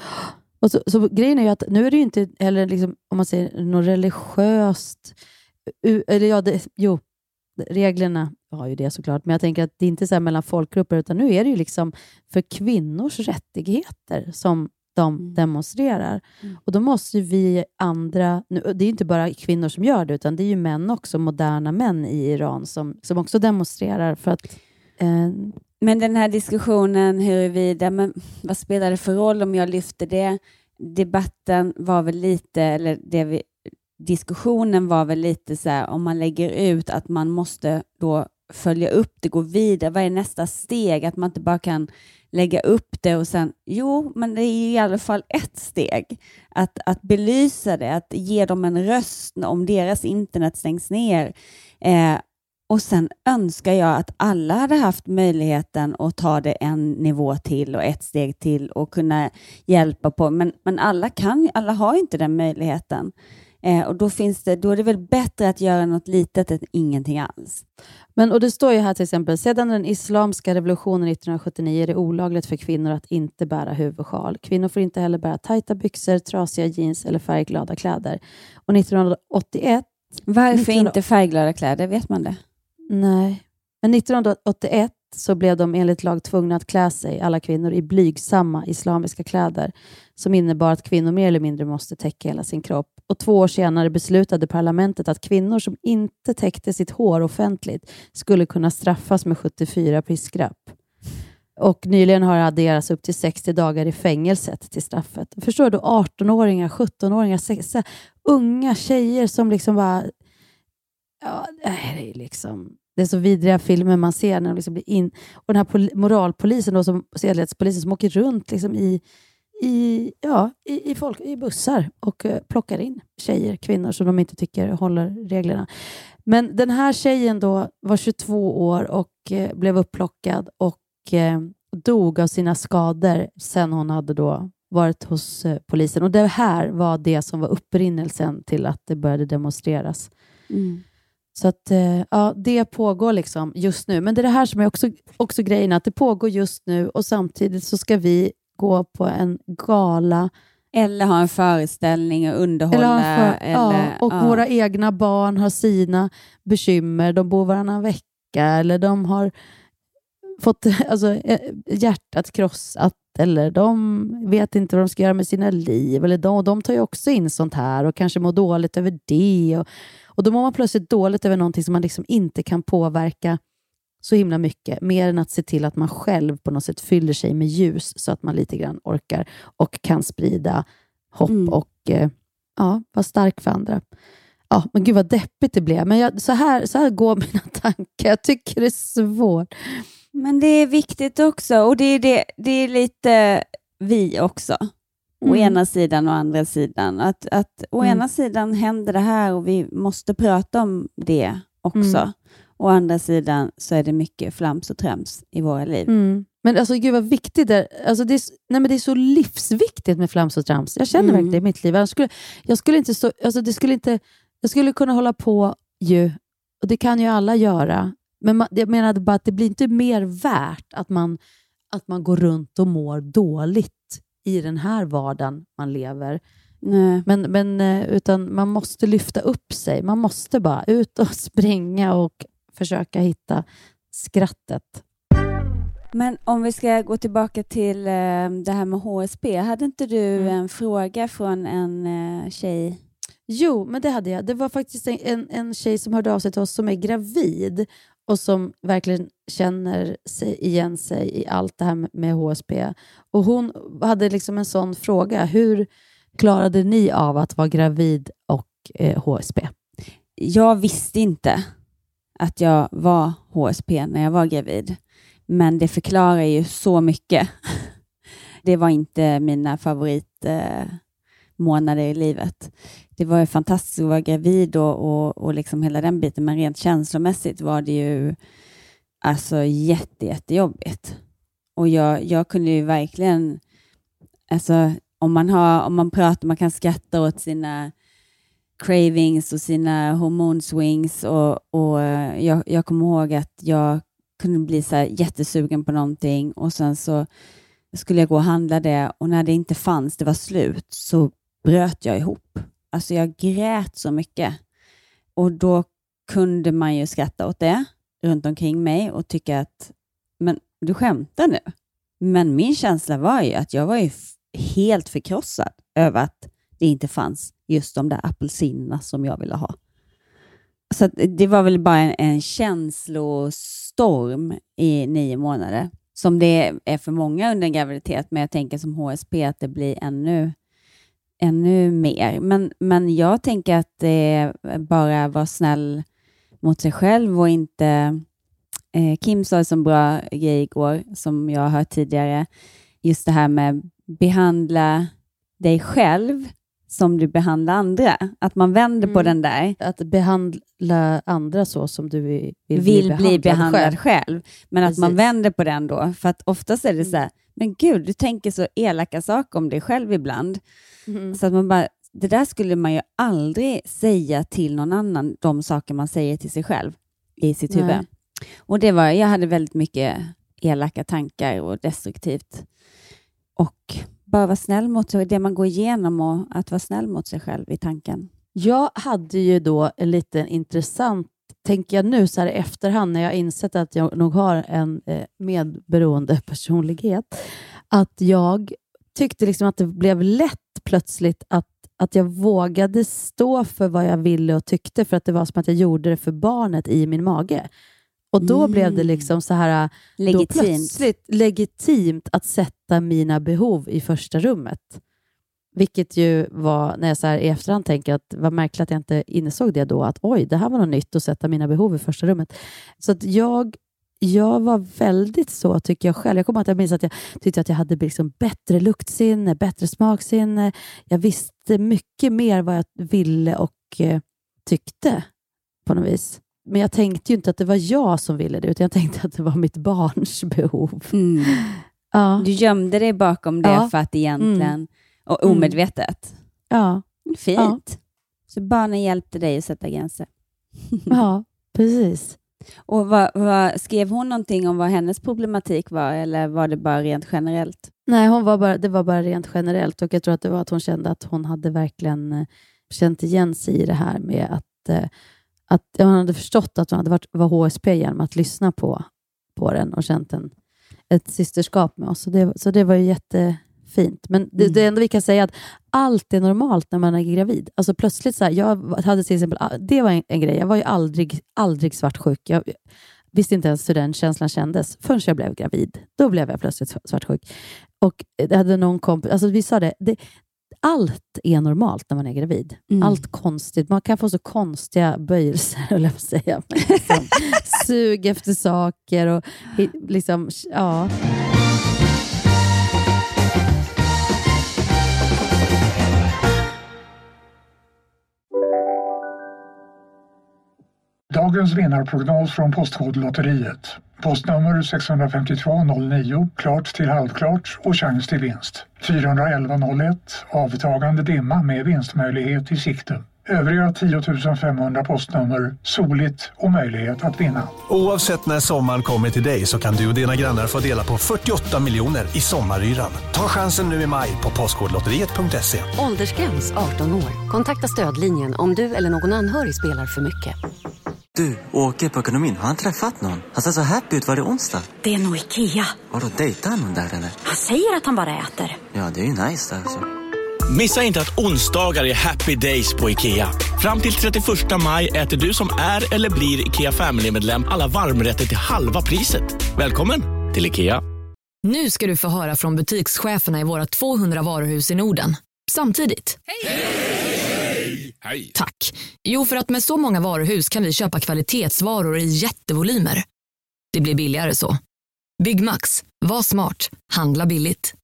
Och så, så grejen är ju att nu är det ju inte heller liksom, om man säger något religiöst eller ja, det, jo reglerna har ju det såklart, men jag tänker att det är inte så här mellan folkgrupper, utan nu är det ju liksom för kvinnors rättigheter som de mm. demonstrerar. Mm. Och då måste ju vi andra, nu, det är inte bara kvinnor som gör det, utan det är ju män också, moderna män i Iran som, som också demonstrerar för att eh, men den här diskussionen huruvida, men vad spelar det för roll om jag lyfter det? Debatten var väl lite, eller det vi diskussionen var väl lite så här, om man lägger ut att man måste då följa upp det, gå vidare. Vad är nästa steg? Att man inte bara kan lägga upp det och sen, jo, men det är i alla fall ett steg. Att, att belysa det, att ge dem en röst om deras internet stängs ner. Eh, och sen önskar jag att alla hade haft möjligheten att ta det en nivå till och ett steg till och kunna hjälpa på. Men, men alla kan, alla har inte den möjligheten. Eh, och då, finns det, då är det väl bättre att göra något litet än ingenting alls. Men, och det står ju här till exempel, sedan den islamska revolutionen nittonhundrasjuttionio är det olagligt för kvinnor att inte bära huvudsjal. Kvinnor får inte heller bära tajta byxor, trasiga jeans eller färgglada kläder. Och nittonhundraåttioett... Varför nittonhundra... inte färgglada kläder? Vet man det? Nej. Men nittonhundraåttioett så blev de enligt lag tvungna att klä sig, alla kvinnor, i blygsamma islamiska kläder som innebar att kvinnor mer eller mindre måste täcka hela sin kropp. Och två år senare beslutade parlamentet att kvinnor som inte täckte sitt hår offentligt skulle kunna straffas med sjuttiofyra piskrapp. Och nyligen har det adderats upp till sextio dagar i fängelset till straffet. Förstår du? arton-åringar, sjutton-åringar, sexton, unga tjejer som liksom bara... Ja, det är liksom... det är så vidriga filmer man ser när de liksom blir in. Och den här pol- moralpolisen då, som sedlighetspolisen som åker runt liksom i, i, ja, i, i, folk, i bussar och uh, plockar in tjejer, kvinnor som de inte tycker håller reglerna. Men den här tjejen då var tjugotvå år och uh, blev upplockad och uh, dog av sina skador sen hon hade då varit hos uh, polisen. Och det här var det som var upprinnelsen till att det började demonstreras. Mm. Så att ja, det pågår liksom just nu. Men det är det här som är också, också grejen, att det pågår just nu och samtidigt så ska vi gå på en gala. Eller ha en föreställning och underhålla. Eller för, eller, ja, och ja. våra egna barn har sina bekymmer. De bor varannan vecka eller de har fått alltså, hjärtat krossat eller de vet inte vad de ska göra med sina liv. Eller de, de tar ju också in sånt här och kanske mår dåligt över det. Och, och då mår man plötsligt dåligt över någonting som man liksom inte kan påverka så himla mycket. Mer än att se till att man själv på något sätt fyller sig med ljus så att man lite grann orkar och kan sprida hopp mm. och eh, ja, vara stark för andra. Ja, men gud vad deppigt det blev. Men jag, så, här, så här går mina tankar. Jag tycker det är svårt. Men det är viktigt också. Och det är, det, det är lite vi också. Å mm. ena sidan och andra sidan. Att, att å mm. ena sidan händer det här och vi måste prata om det också. Mm. Å andra sidan så är det mycket flams och träms i våra liv. Mm. Men alltså gud vad viktigt det är. Alltså, det är, nej, men det är så livsviktigt med flams och trams. Jag känner mm. verkligen det i mitt liv. Jag skulle, jag skulle inte stå, alltså det skulle inte, jag skulle kunna hålla på ju, och det kan ju alla göra. Men man, jag menade bara att det blir inte mer värt att man, att man går runt och mår dåligt i den här vardagen man lever. Nej. Men, men utan man måste lyfta upp sig. Man måste bara ut och springa och försöka hitta skrattet. Men om vi ska gå tillbaka till uh, det här med H S P. Hade inte du mm. en fråga från en uh, tjej? Jo, men det hade jag. Det var faktiskt en, en tjej som hörde av sig till oss som är gravid och som verkligen känner sig igen sig i allt det här med H S P. Och hon hade liksom en sån fråga. Hur klarade ni av att vara gravid och eh, H S P? Jag visste inte att jag var H S P när jag var gravid. Men det förklarar ju så mycket. Det var inte mina favoritmånader eh, i livet. Det var ju fantastiskt att vara gravid och, och, och liksom hela den biten. Men rent känslomässigt var det ju alltså jätte, jättejobbigt. Och jag, jag kunde ju verkligen, alltså om man har, om man pratar, man kan skratta åt sina cravings och sina hormonswings. Och, och jag, jag kommer ihåg att jag kunde bli så här jättesugen på någonting och sen så skulle jag gå och handla det och när det inte fanns, det var slut, så bröt jag ihop. Alltså jag grät så mycket och då kunde man ju skratta åt det runt omkring mig och tycka att men du skämtar nu. Men min känsla var ju att jag var ju f- helt förkrossad över att det inte fanns just de där apelsinerna som jag ville ha. Så det var väl bara en, en känslostorm i nio månader. Som det är för många under en graviditet. Men jag tänker som H S P att det blir ännu, ännu mer. Men, men jag tänker att det bara var snäll mot sig själv och inte... Eh, Kim sa som bra grej igår som jag har hört tidigare. Just det här med behandla dig själv som du behandlar andra. Att man vänder mm. på den där. Att behandla andra så som du vill, vill, vill bli behandlad, bli behandlad själv. själv. Men Precis. Att man vänder på den då. För att oftast är det så här, men gud, du tänker så elaka saker om dig själv ibland. Mm. Så att man bara, det där skulle man ju aldrig säga till någon annan, de saker man säger till sig själv i sitt huvud. Nej. Och det var, jag hade väldigt mycket elaka tankar och destruktivt. Och bara vara snäll mot sig, det man går igenom och att vara snäll mot sig själv i tanken. Jag hade ju då en liten intressant, tänker jag nu så här i efterhand när jag insett att jag nog har en eh, medberoende personlighet, att jag tyckte liksom att det blev lätt plötsligt att, att jag vågade stå för vad jag ville och tyckte, för att det var som att jag gjorde det för barnet i min mage. Och då mm. blev det liksom så här legitimt. Då plötsligt legitimt att sätta mina behov i första rummet. Vilket ju var, när jag så här i efterhand tänker att vad märkligt att jag inte insåg det då, att oj, det här var något nytt att sätta mina behov i första rummet. Så att jag, jag var väldigt så, tycker jag själv. Jag kommer att jag minns att jag tyckte att jag hade liksom bättre luktsinne, bättre smaksinne. Jag visste mycket mer vad jag ville och eh, tyckte på något vis. Men jag tänkte ju inte att det var jag som ville det, utan jag tänkte att det var mitt barns behov. Mm. Ja. Du gömde dig bakom det ja. för att egentligen, mm. och omedvetet. Ja. Fint. Ja. Så barnen hjälpte dig att sätta gränser. Ja, precis. Och vad, vad, skrev hon någonting om vad hennes problematik var, eller var det bara rent generellt? Nej, hon var bara, det var bara rent generellt, och jag tror att det var att hon kände att hon hade verkligen känt igen sig i det här med att, att hon hade förstått att hon hade varit var H S P genom att lyssna på, på den och känt en, ett systerskap med oss. Så det, så det var ju jättefint. Men det, mm. det enda vi kan säga är att allt är normalt när man är gravid. Alltså plötsligt så här, jag hade till exempel, det var en, en grej, jag var ju aldrig, aldrig svartsjuk. Jag visste inte ens hur den känslan kändes förrän jag blev gravid. Då blev jag plötsligt svartsjuk. Och det hade någon kompis, alltså vi sa det, det allt är normalt när man är gravid. Mm. Allt konstigt. Man kan få så konstiga böjelser, eller vad säga. Liksom, sug efter saker och liksom, ja. Dagens vinnarprognos från Postkodlotteriet. Postnummer sex fem två noll nio, klart till halvklart och chans till vinst. fyra ett ett noll ett, avtagande dimma med vinstmöjlighet i sikte. Övriga tio tusen femhundra postnummer, soligt och möjlighet att vinna. Oavsett när sommaren kommer till dig så kan du och dina grannar få dela på fyrtioåtta miljoner i sommaryran. Ta chansen nu i maj på postkodlotteriet punkt se. Åldersgräns arton år. Kontakta stödlinjen om du eller någon anhörig spelar för mycket. Du, åker på ekonomin. Har han träffat någon? Han ser så happy ut. Var det onsdag? Det är nog Ikea. Har du dejtat någon där eller? Han säger att han bara äter. Ja, det är ju nice alltså. Missa inte att onsdagar är happy days på Ikea. Fram till trettioförsta maj äter du som är eller blir Ikea Family-medlem alla varmrätter till halva priset. Välkommen till Ikea. Nu ska du få höra från butikscheferna i våra tvåhundra varuhus i Norden. Samtidigt. Hej! Hej! Tack. Jo, för att med så många varuhus kan vi köpa kvalitetsvaror i jättevolymer. Det blir billigare så. Byggmax. Var smart. Handla billigt.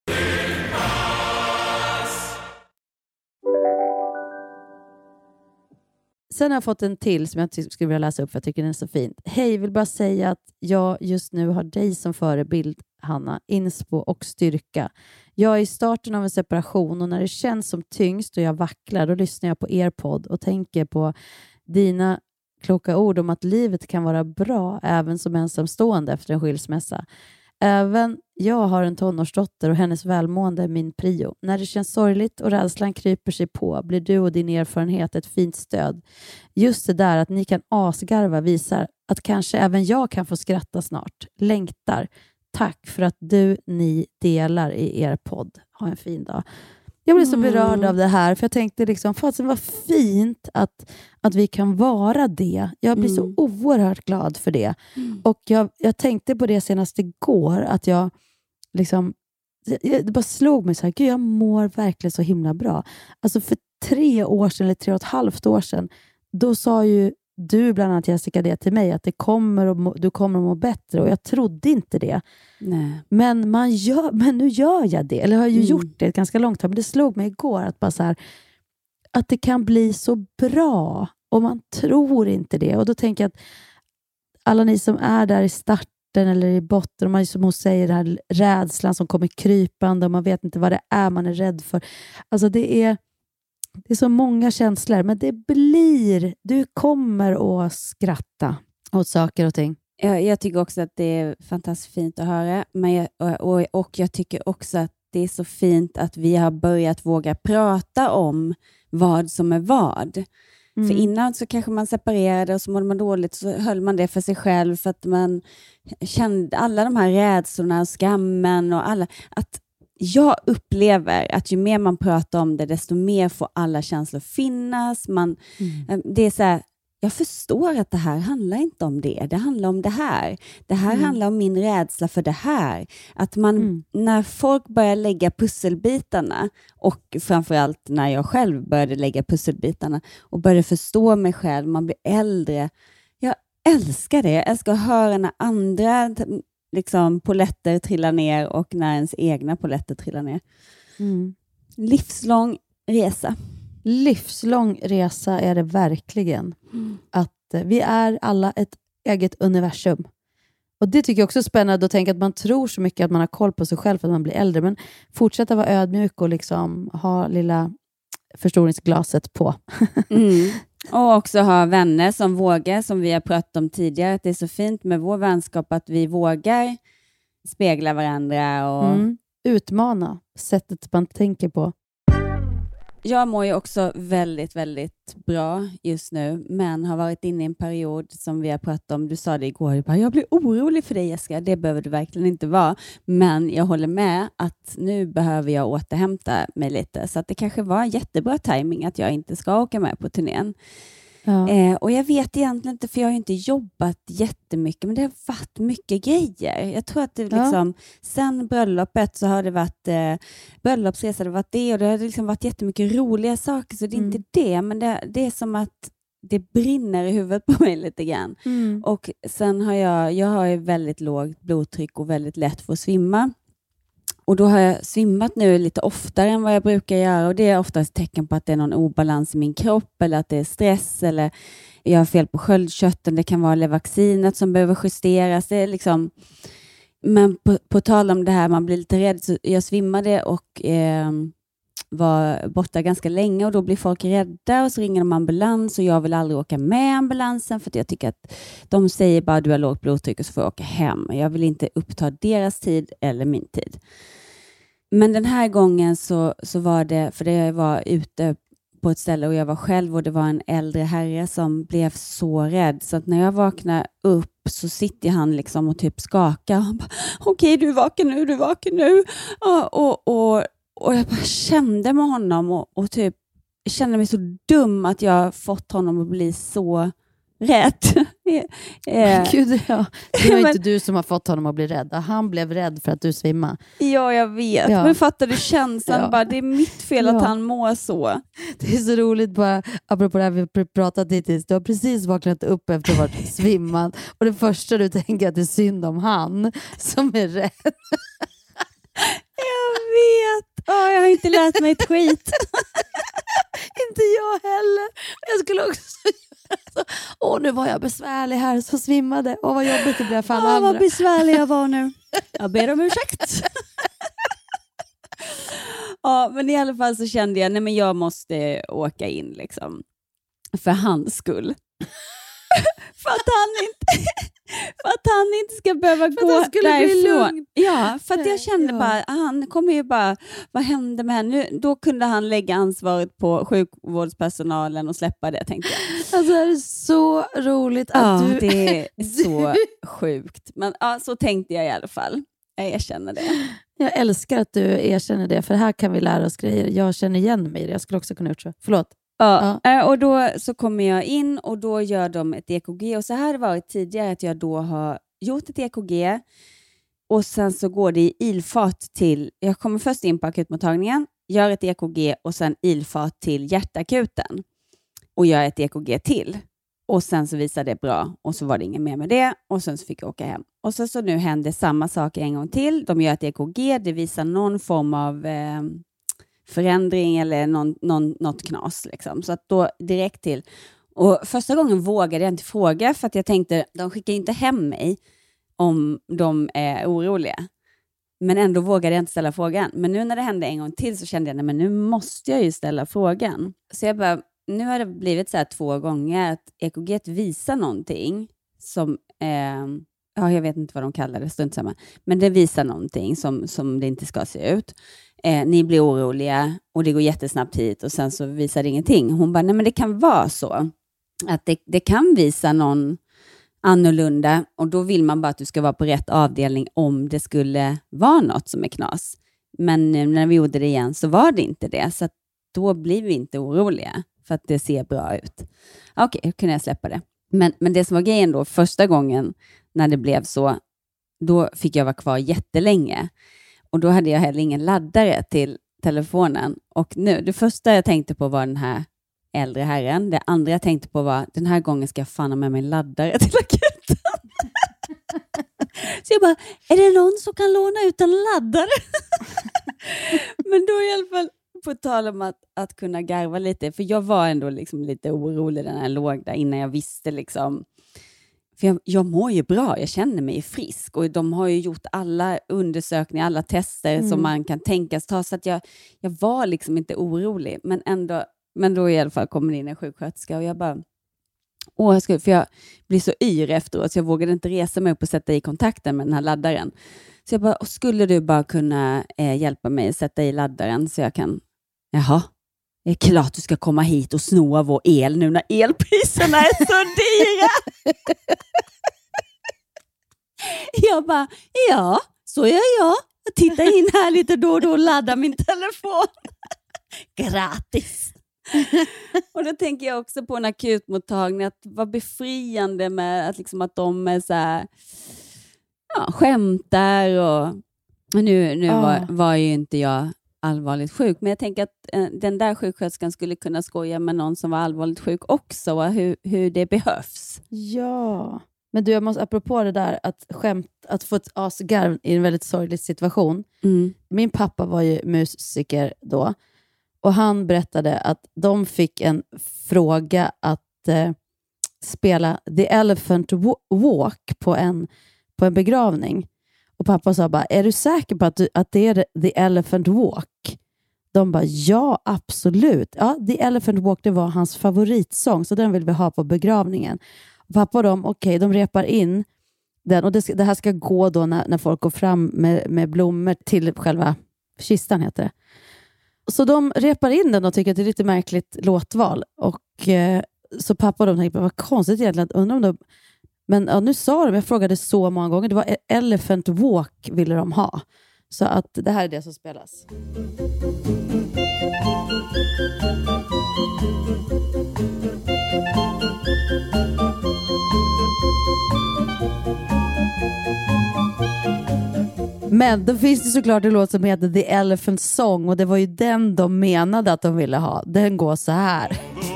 Sen har jag fått en till som jag skulle vilja läsa upp för jag tycker den är så fint. Hej, vill bara säga att jag just nu har dig som förebild, Hanna, inspo och styrka. Jag är i starten av en separation och när det känns som tyngst och jag vacklar, då lyssnar jag på er podd och tänker på dina kloka ord om att livet kan vara bra även som ensamstående efter en skilsmässa. Även jag har en tonårsdotter och hennes välmående är min prio. När det känns sorgligt och rädslan kryper sig på blir du och din erfarenhet ett fint stöd. Just det där att ni kan asgarva visar att kanske även jag kan få skratta snart. Längtar. Tack för att du, ni delar i er podd. Ha en fin dag. Jag blev så berörd mm. av det här för jag tänkte liksom, fasen vad fint att, att vi kan vara det. Jag blir mm. så oerhört glad för det. Mm. Och jag, jag tänkte på det senast igår att jag liksom, det bara slog mig så här, gud jag mår verkligen så himla bra. Alltså för tre år sedan eller tre och ett halvt år sedan, då sa ju du bland annat Jessica det till mig att det kommer att må, du kommer att må bättre och jag trodde inte det. Nej. Men, man gör, men nu gör jag det. Eller har ju mm. gjort det ett ganska långt tag. Men det slog mig igår att bara så här, att det kan bli så bra och man tror inte det. Och då tänker jag att alla ni som är där i starten eller i botten och man som hon säger den här rädslan som kommer krypande och man vet inte vad det är man är rädd för. Alltså det är Det är så många känslor, men det blir, du kommer att skratta åt saker och ting. Jag, jag tycker också att det är fantastiskt fint att höra, men jag, och, och jag tycker också att det är så fint att vi har börjat våga prata om vad som är vad. Mm. För innan så kanske man separerade och så mådde man dåligt så höll man det för sig själv för att man kände alla de här rädslorna och skammen och alla, att jag upplever att ju mer man pratar om det desto mer får alla känslor finnas. Man, mm. det är så här, jag förstår att det här handlar inte om det. Det handlar om det här. Det här Mm. handlar om min rädsla för det här. Att man, Mm. när folk börjar lägga pusselbitarna, och framförallt när jag själv började lägga pusselbitarna och började förstå mig själv, man blir äldre. Jag älskar det. Jag älskar att höra när andra liksom, poletter trillar ner och när ens egna poletter trillar ner. Mm. Livslång resa. Livslång resa är det verkligen. Mm. Att eh, vi är alla ett eget universum. Och det tycker jag också är spännande att tänka att man tror så mycket att man har koll på sig själv för att man blir äldre. Men fortsätta vara ödmjuk och liksom ha lilla förstoringsglaset på. Mm. Och också ha vänner som vågar, som vi har pratat om tidigare, att det är så fint med vår vänskap att vi vågar spegla varandra och Mm. Utmana sättet man tänker på. jag mår ju också väldigt, väldigt bra just nu, men har varit inne i en period som vi har pratat om. Du sa det igår, jag, bara, jag blir orolig för dig, Jessica. Det behöver du verkligen inte vara. Men jag håller med att nu behöver jag återhämta mig lite. Så att det kanske var en jättebra timing att jag inte ska åka med på turnén. Ja. Eh, och jag vet egentligen inte, för jag har ju inte jobbat jättemycket, men det har varit mycket grejer. Jag tror att det liksom, ja. sen bröllopet så har det varit eh, bröllopsresa, det har varit det, och det har liksom varit jättemycket roliga saker, så det är Mm. inte det, men det, det är som att det brinner i huvudet på mig lite grann. Mm. Och sen har jag, jag har ju väldigt lågt blodtryck och väldigt lätt för att svimma. Och då har jag svimmat nu lite oftare än vad jag brukar göra, och det är oftast tecken på att det är någon obalans i min kropp, eller att det är stress, eller jag har fel på sköldkörteln, det kan vara vaccinet som behöver justeras. Det är liksom... Men på, på tal om det här, man blir lite rädd, så jag svimmade och eh, var borta ganska länge, och då blir folk rädda och så ringer de ambulans, och jag vill aldrig åka med ambulansen för att jag tycker att de säger bara du har lågt blodtryck och så får jag åka hem. Jag vill inte uppta deras tid eller min tid. Men den här gången så, så var det, för det jag var ute på ett ställe och jag var själv, och det var en äldre herre som blev så rädd, så att när jag vaknade upp så sitter han liksom och typ skakar. Han bara, okej, du är vaken nu, du är vaken nu. Ja, och, och, och jag bara kände med honom och, och typ kände mig så dum att jag fått honom att bli så rädd. eh. Gud, ja. Det var inte du som har fått honom att bli rädd. Han blev rädd för att du svimmar. Ja, jag vet. Ja. Men fattar du känslan? Ja. Bara, det är mitt fel ja. att han mår så. Det är så roligt, bara, apropå det här vi pratat hittills. Du har precis vaknat upp efter att ha varit svimmad. Och det första du tänker att det är synd om han som är rädd. Jag vet. Oh, jag har inte lärt mig ett skit. Inte jag heller. Jag skulle också så, åh, nu var jag besvärlig här, så svimmade. Åh, vad jobbigt det blev för alla åh, andra. Vad besvärlig jag var nu. Jag ber om ursäkt. Ja, men i alla fall så kände jag, nej men jag måste åka in liksom. För hans skull. för att han inte för att han inte ska behöva för gå därifrån. Ja, för att jag kände ja. bara, han kommer ju bara, vad hände med henne? Då kunde han lägga ansvaret på sjukvårdspersonalen och släppa det, tänkte jag. Alltså det är så roligt att ja, du... det är så sjukt. Men ja, så tänkte jag i alla fall. Jag erkänner det. Jag älskar att du erkänner det, för här kan vi lära oss grejer. Jag känner igen mig i det. Jag skulle också kunna gjort så. Förlåt. Ja, ja. Och då så kommer jag in och då gör de ett E K G, och så här har det varit tidigare att jag då har gjort ett E K G och sen så går det i ilfart till, jag kommer först in på akutmottagningen, gör ett E K G och sen ilfart till hjärtakuten och gör ett E K G till, och sen så visar det bra och så var det ingen mer med det, och sen så fick jag åka hem. Och så, så nu händer samma sak en gång till, de gör ett E K G, det visar någon form av eh, förändring eller någon, någon, något knas. Liksom. Så att då direkt till. Och första gången vågade jag inte fråga, för att jag tänkte, de skickar inte hem mig om de är oroliga. Men ändå vågade jag inte ställa frågan. Men nu när det hände en gång till så kände jag, nej men nu måste jag ju ställa frågan. Så jag bara, nu har det blivit så här två gånger att E K G visar någonting som, eh, ja jag vet inte vad de kallar det, strunt samma. Men det visar någonting som, som det inte ska se ut. Eh, ni blir oroliga och det går jättesnabbt hit och sen så visar det ingenting. Hon bara, nej men det kan vara så att det, det kan visa någon annorlunda, och då vill man bara att du ska vara på rätt avdelning om det skulle vara något som är knas. Men när vi gjorde det igen så var det inte det, så att då blir vi inte oroliga. för att det ser bra ut. Okej, okay, då kunde jag släppa det. Men, men det som var grejen då, första gången när det blev så, då fick jag vara kvar jättelänge. Och då hade jag heller ingen laddare till telefonen. Och nu, det första jag tänkte på var den här äldre herren. Det andra jag tänkte på var, den här gången ska jag fan ha med mig laddare till akuten. Så jag bara, är det någon som kan låna ut en laddare? Men då i alla fall, på tal om att, att kunna garva lite. För jag var ändå liksom lite orolig när jag låg där innan jag visste liksom. För jag, jag mår ju bra, jag känner mig frisk. Och de har ju gjort alla undersökningar, alla tester mm. som man kan tänkas ta. Så att jag, jag var liksom inte orolig. Men ändå, men då i alla fall kommer det in en sjuksköterska och jag bara... Åh, jag skulle, för jag blir så yr efteråt så jag vågade inte resa mig upp och sätta i kontakten med den här laddaren. Så jag bara, och skulle du bara kunna eh, hjälpa mig att sätta i laddaren så jag kan... Jaha, det är klart du ska komma hit och sno vår el nu när elpriserna är så dyra. Jag bara, ja, så gör jag. Jag tittar in här lite då och då och laddar min telefon. Gratis. Och då tänker jag också på en akutmottagning att vara befriande med att, liksom att de är så här, ja, skämtar och nu, nu oh. var, var ju inte jag allvarligt sjuk, men jag tänker att eh, den där sjuksköterskan skulle kunna skoja med någon som var allvarligt sjuk också, hur, hur det behövs. Ja, men du, jag måste, apropå det där att skämt, att få ett asgarv i en väldigt sorglig situation. Mm. Min pappa var ju musiker då. Och han berättade att de fick en fråga att eh, spela The Elephant Walk på en, på en begravning. Och pappa sa bara, är du säker på att, du, att det är The Elephant Walk? De bara, ja absolut. Ja, The Elephant Walk, det var hans favoritsång. Så den vill vi ha på begravningen. Och pappa och de, okej, okay, de repar in den. Och det, ska, det här ska gå då när, när folk går fram med, med blommor till själva kistan heter det. Så de repar in den och tycker att det är lite märkligt låtval. Och eh, så pappa och de tänkte, vad konstigt egentligen. Undrar om de... Men ja, nu sa de, jag frågade så många gånger. Det var Elephant Walk ville de ha. Så att det här är det som spelas. Men då finns det såklart en låt som heter The Elephant Song. Och det var ju den de menade att de ville ha. Den går så här.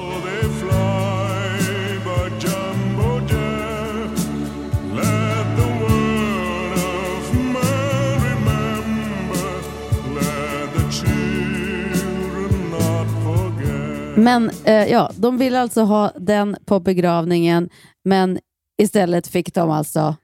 Men eh, ja, de ville alltså ha den på begravningen. Men istället fick de alltså...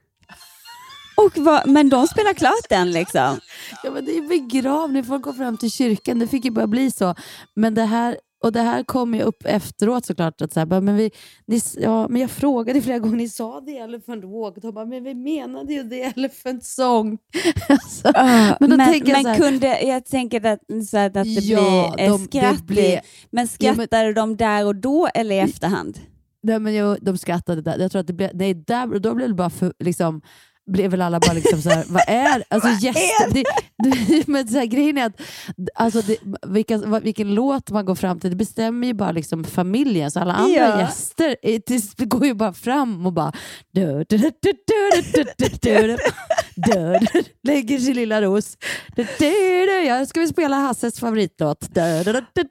Och vad, men de spelar klart den liksom. Ja, men det är begravning. Folk går fram till kyrkan. Det fick ju bara bli så. Men det här, och det här kom ju upp efteråt såklart. Att så här, men, vi, ni, ja, men jag frågade flera gånger. Ni sa The Elephant Walk. Och de bara, men vi menade ju The Elephant Song. alltså, uh, men då men, tänker jag men så här, kunde, jag tänker att, så att det ja, blir de, skratt. Det blir, men skrattade ja, men, de där och då eller i efterhand? Nej, men jag, de skrattade där. Jag tror att det blev, nej, där, då blev det bara för, liksom... blev väl alla bara liksom så här, vad är alltså gäster, det, det, men så här, grejen är att alltså det, vilka, vilken låt man går fram till, det bestämmer ju bara liksom familjen, så alla andra ja. gäster det går ju bara fram och bara dö, dö, dö, dö, dö, dö, dö, dö, lägger sin lilla ros dö, dö, dö, ja, ska vi spela Hasses favoritlåt dö, dö, dö, dö,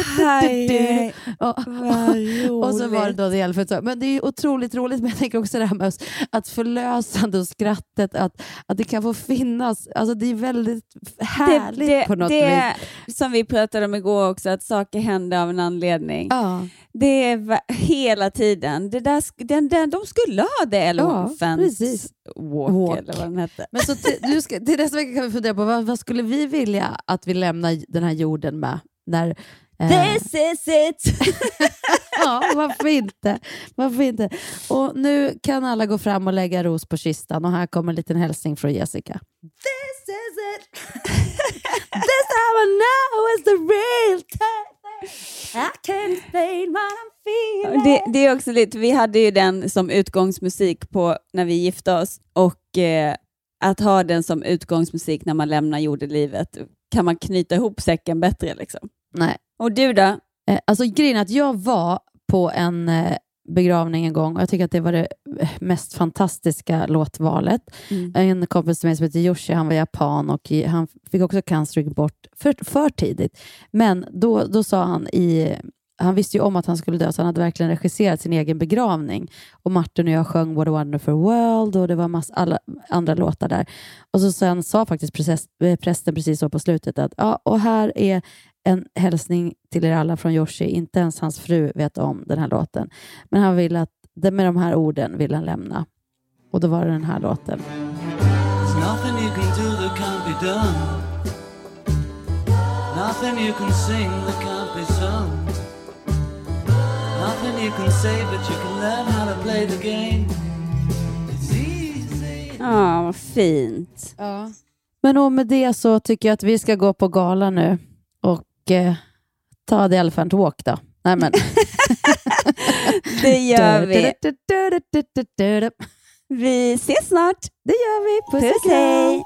dö, och, och så var det då det i alla fall. Men det är otroligt roligt, men jag tänker också det här med att förlösande och skrattet, att, att det kan få finnas, alltså det är väldigt härligt det, det, på något det, vis. Som vi pratade om igår också, att saker händer av en anledning. Ja. Det är hela tiden. Det där, den, den, de skulle ha det, Elephant ja, walk, walk eller vad den hette. Men så till, du ska, till nästa vecka kan vi fundera på vad, vad skulle vi vilja att vi lämnar den här jorden med när This is it! ja, varför inte? Varför inte? Och nu kan alla gå fram och lägga ros på kistan. Och här kommer en liten hälsning från Jessica. This is it! This time I know is the real time. I can't explain what I'm feeling. Det, det är också lite, vi hade ju den som utgångsmusik på när vi gifte oss. Och eh, att ha den som utgångsmusik när man lämnar jordelivet, kan man knyta ihop säcken bättre liksom. Nej. Och du då? Eh, alltså grejen är att jag var på en eh, begravning en gång och jag tycker att det var det mest fantastiska låtvalet. Mm. En kompis till mig som heter Yoshi, han var japan och i, han fick också cancer och gick bort för, för tidigt. Men då, då sa han i... Han visste ju om att han skulle dö, så han hade verkligen regisserat sin egen begravning. Och Martin och jag sjöng What a Wonderful World och det var massa alla andra låtar där. Och så sen sa faktiskt präst, prästen precis så på slutet att ja, och här är en hälsning till er alla från Yoshi. Inte ens hans fru vet om den här låten. Men han vill att, med de här orden vill han lämna. Och då var det den här låten. There's nothing you can do that can't be done. Nothing you can sing that can't be sung. Nothing you can say but you can learn how to play the game. It's easy. Ja, vad fint. Ja. Men och med det så tycker jag att vi ska gå på gala nu och eh, ta The Elephant Walk då. Nej men. Det gör vi. Vi ses snart. Det gör vi. Puss och hej.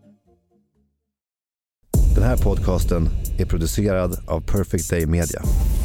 Den här podcasten är producerad av Perfect Day Media.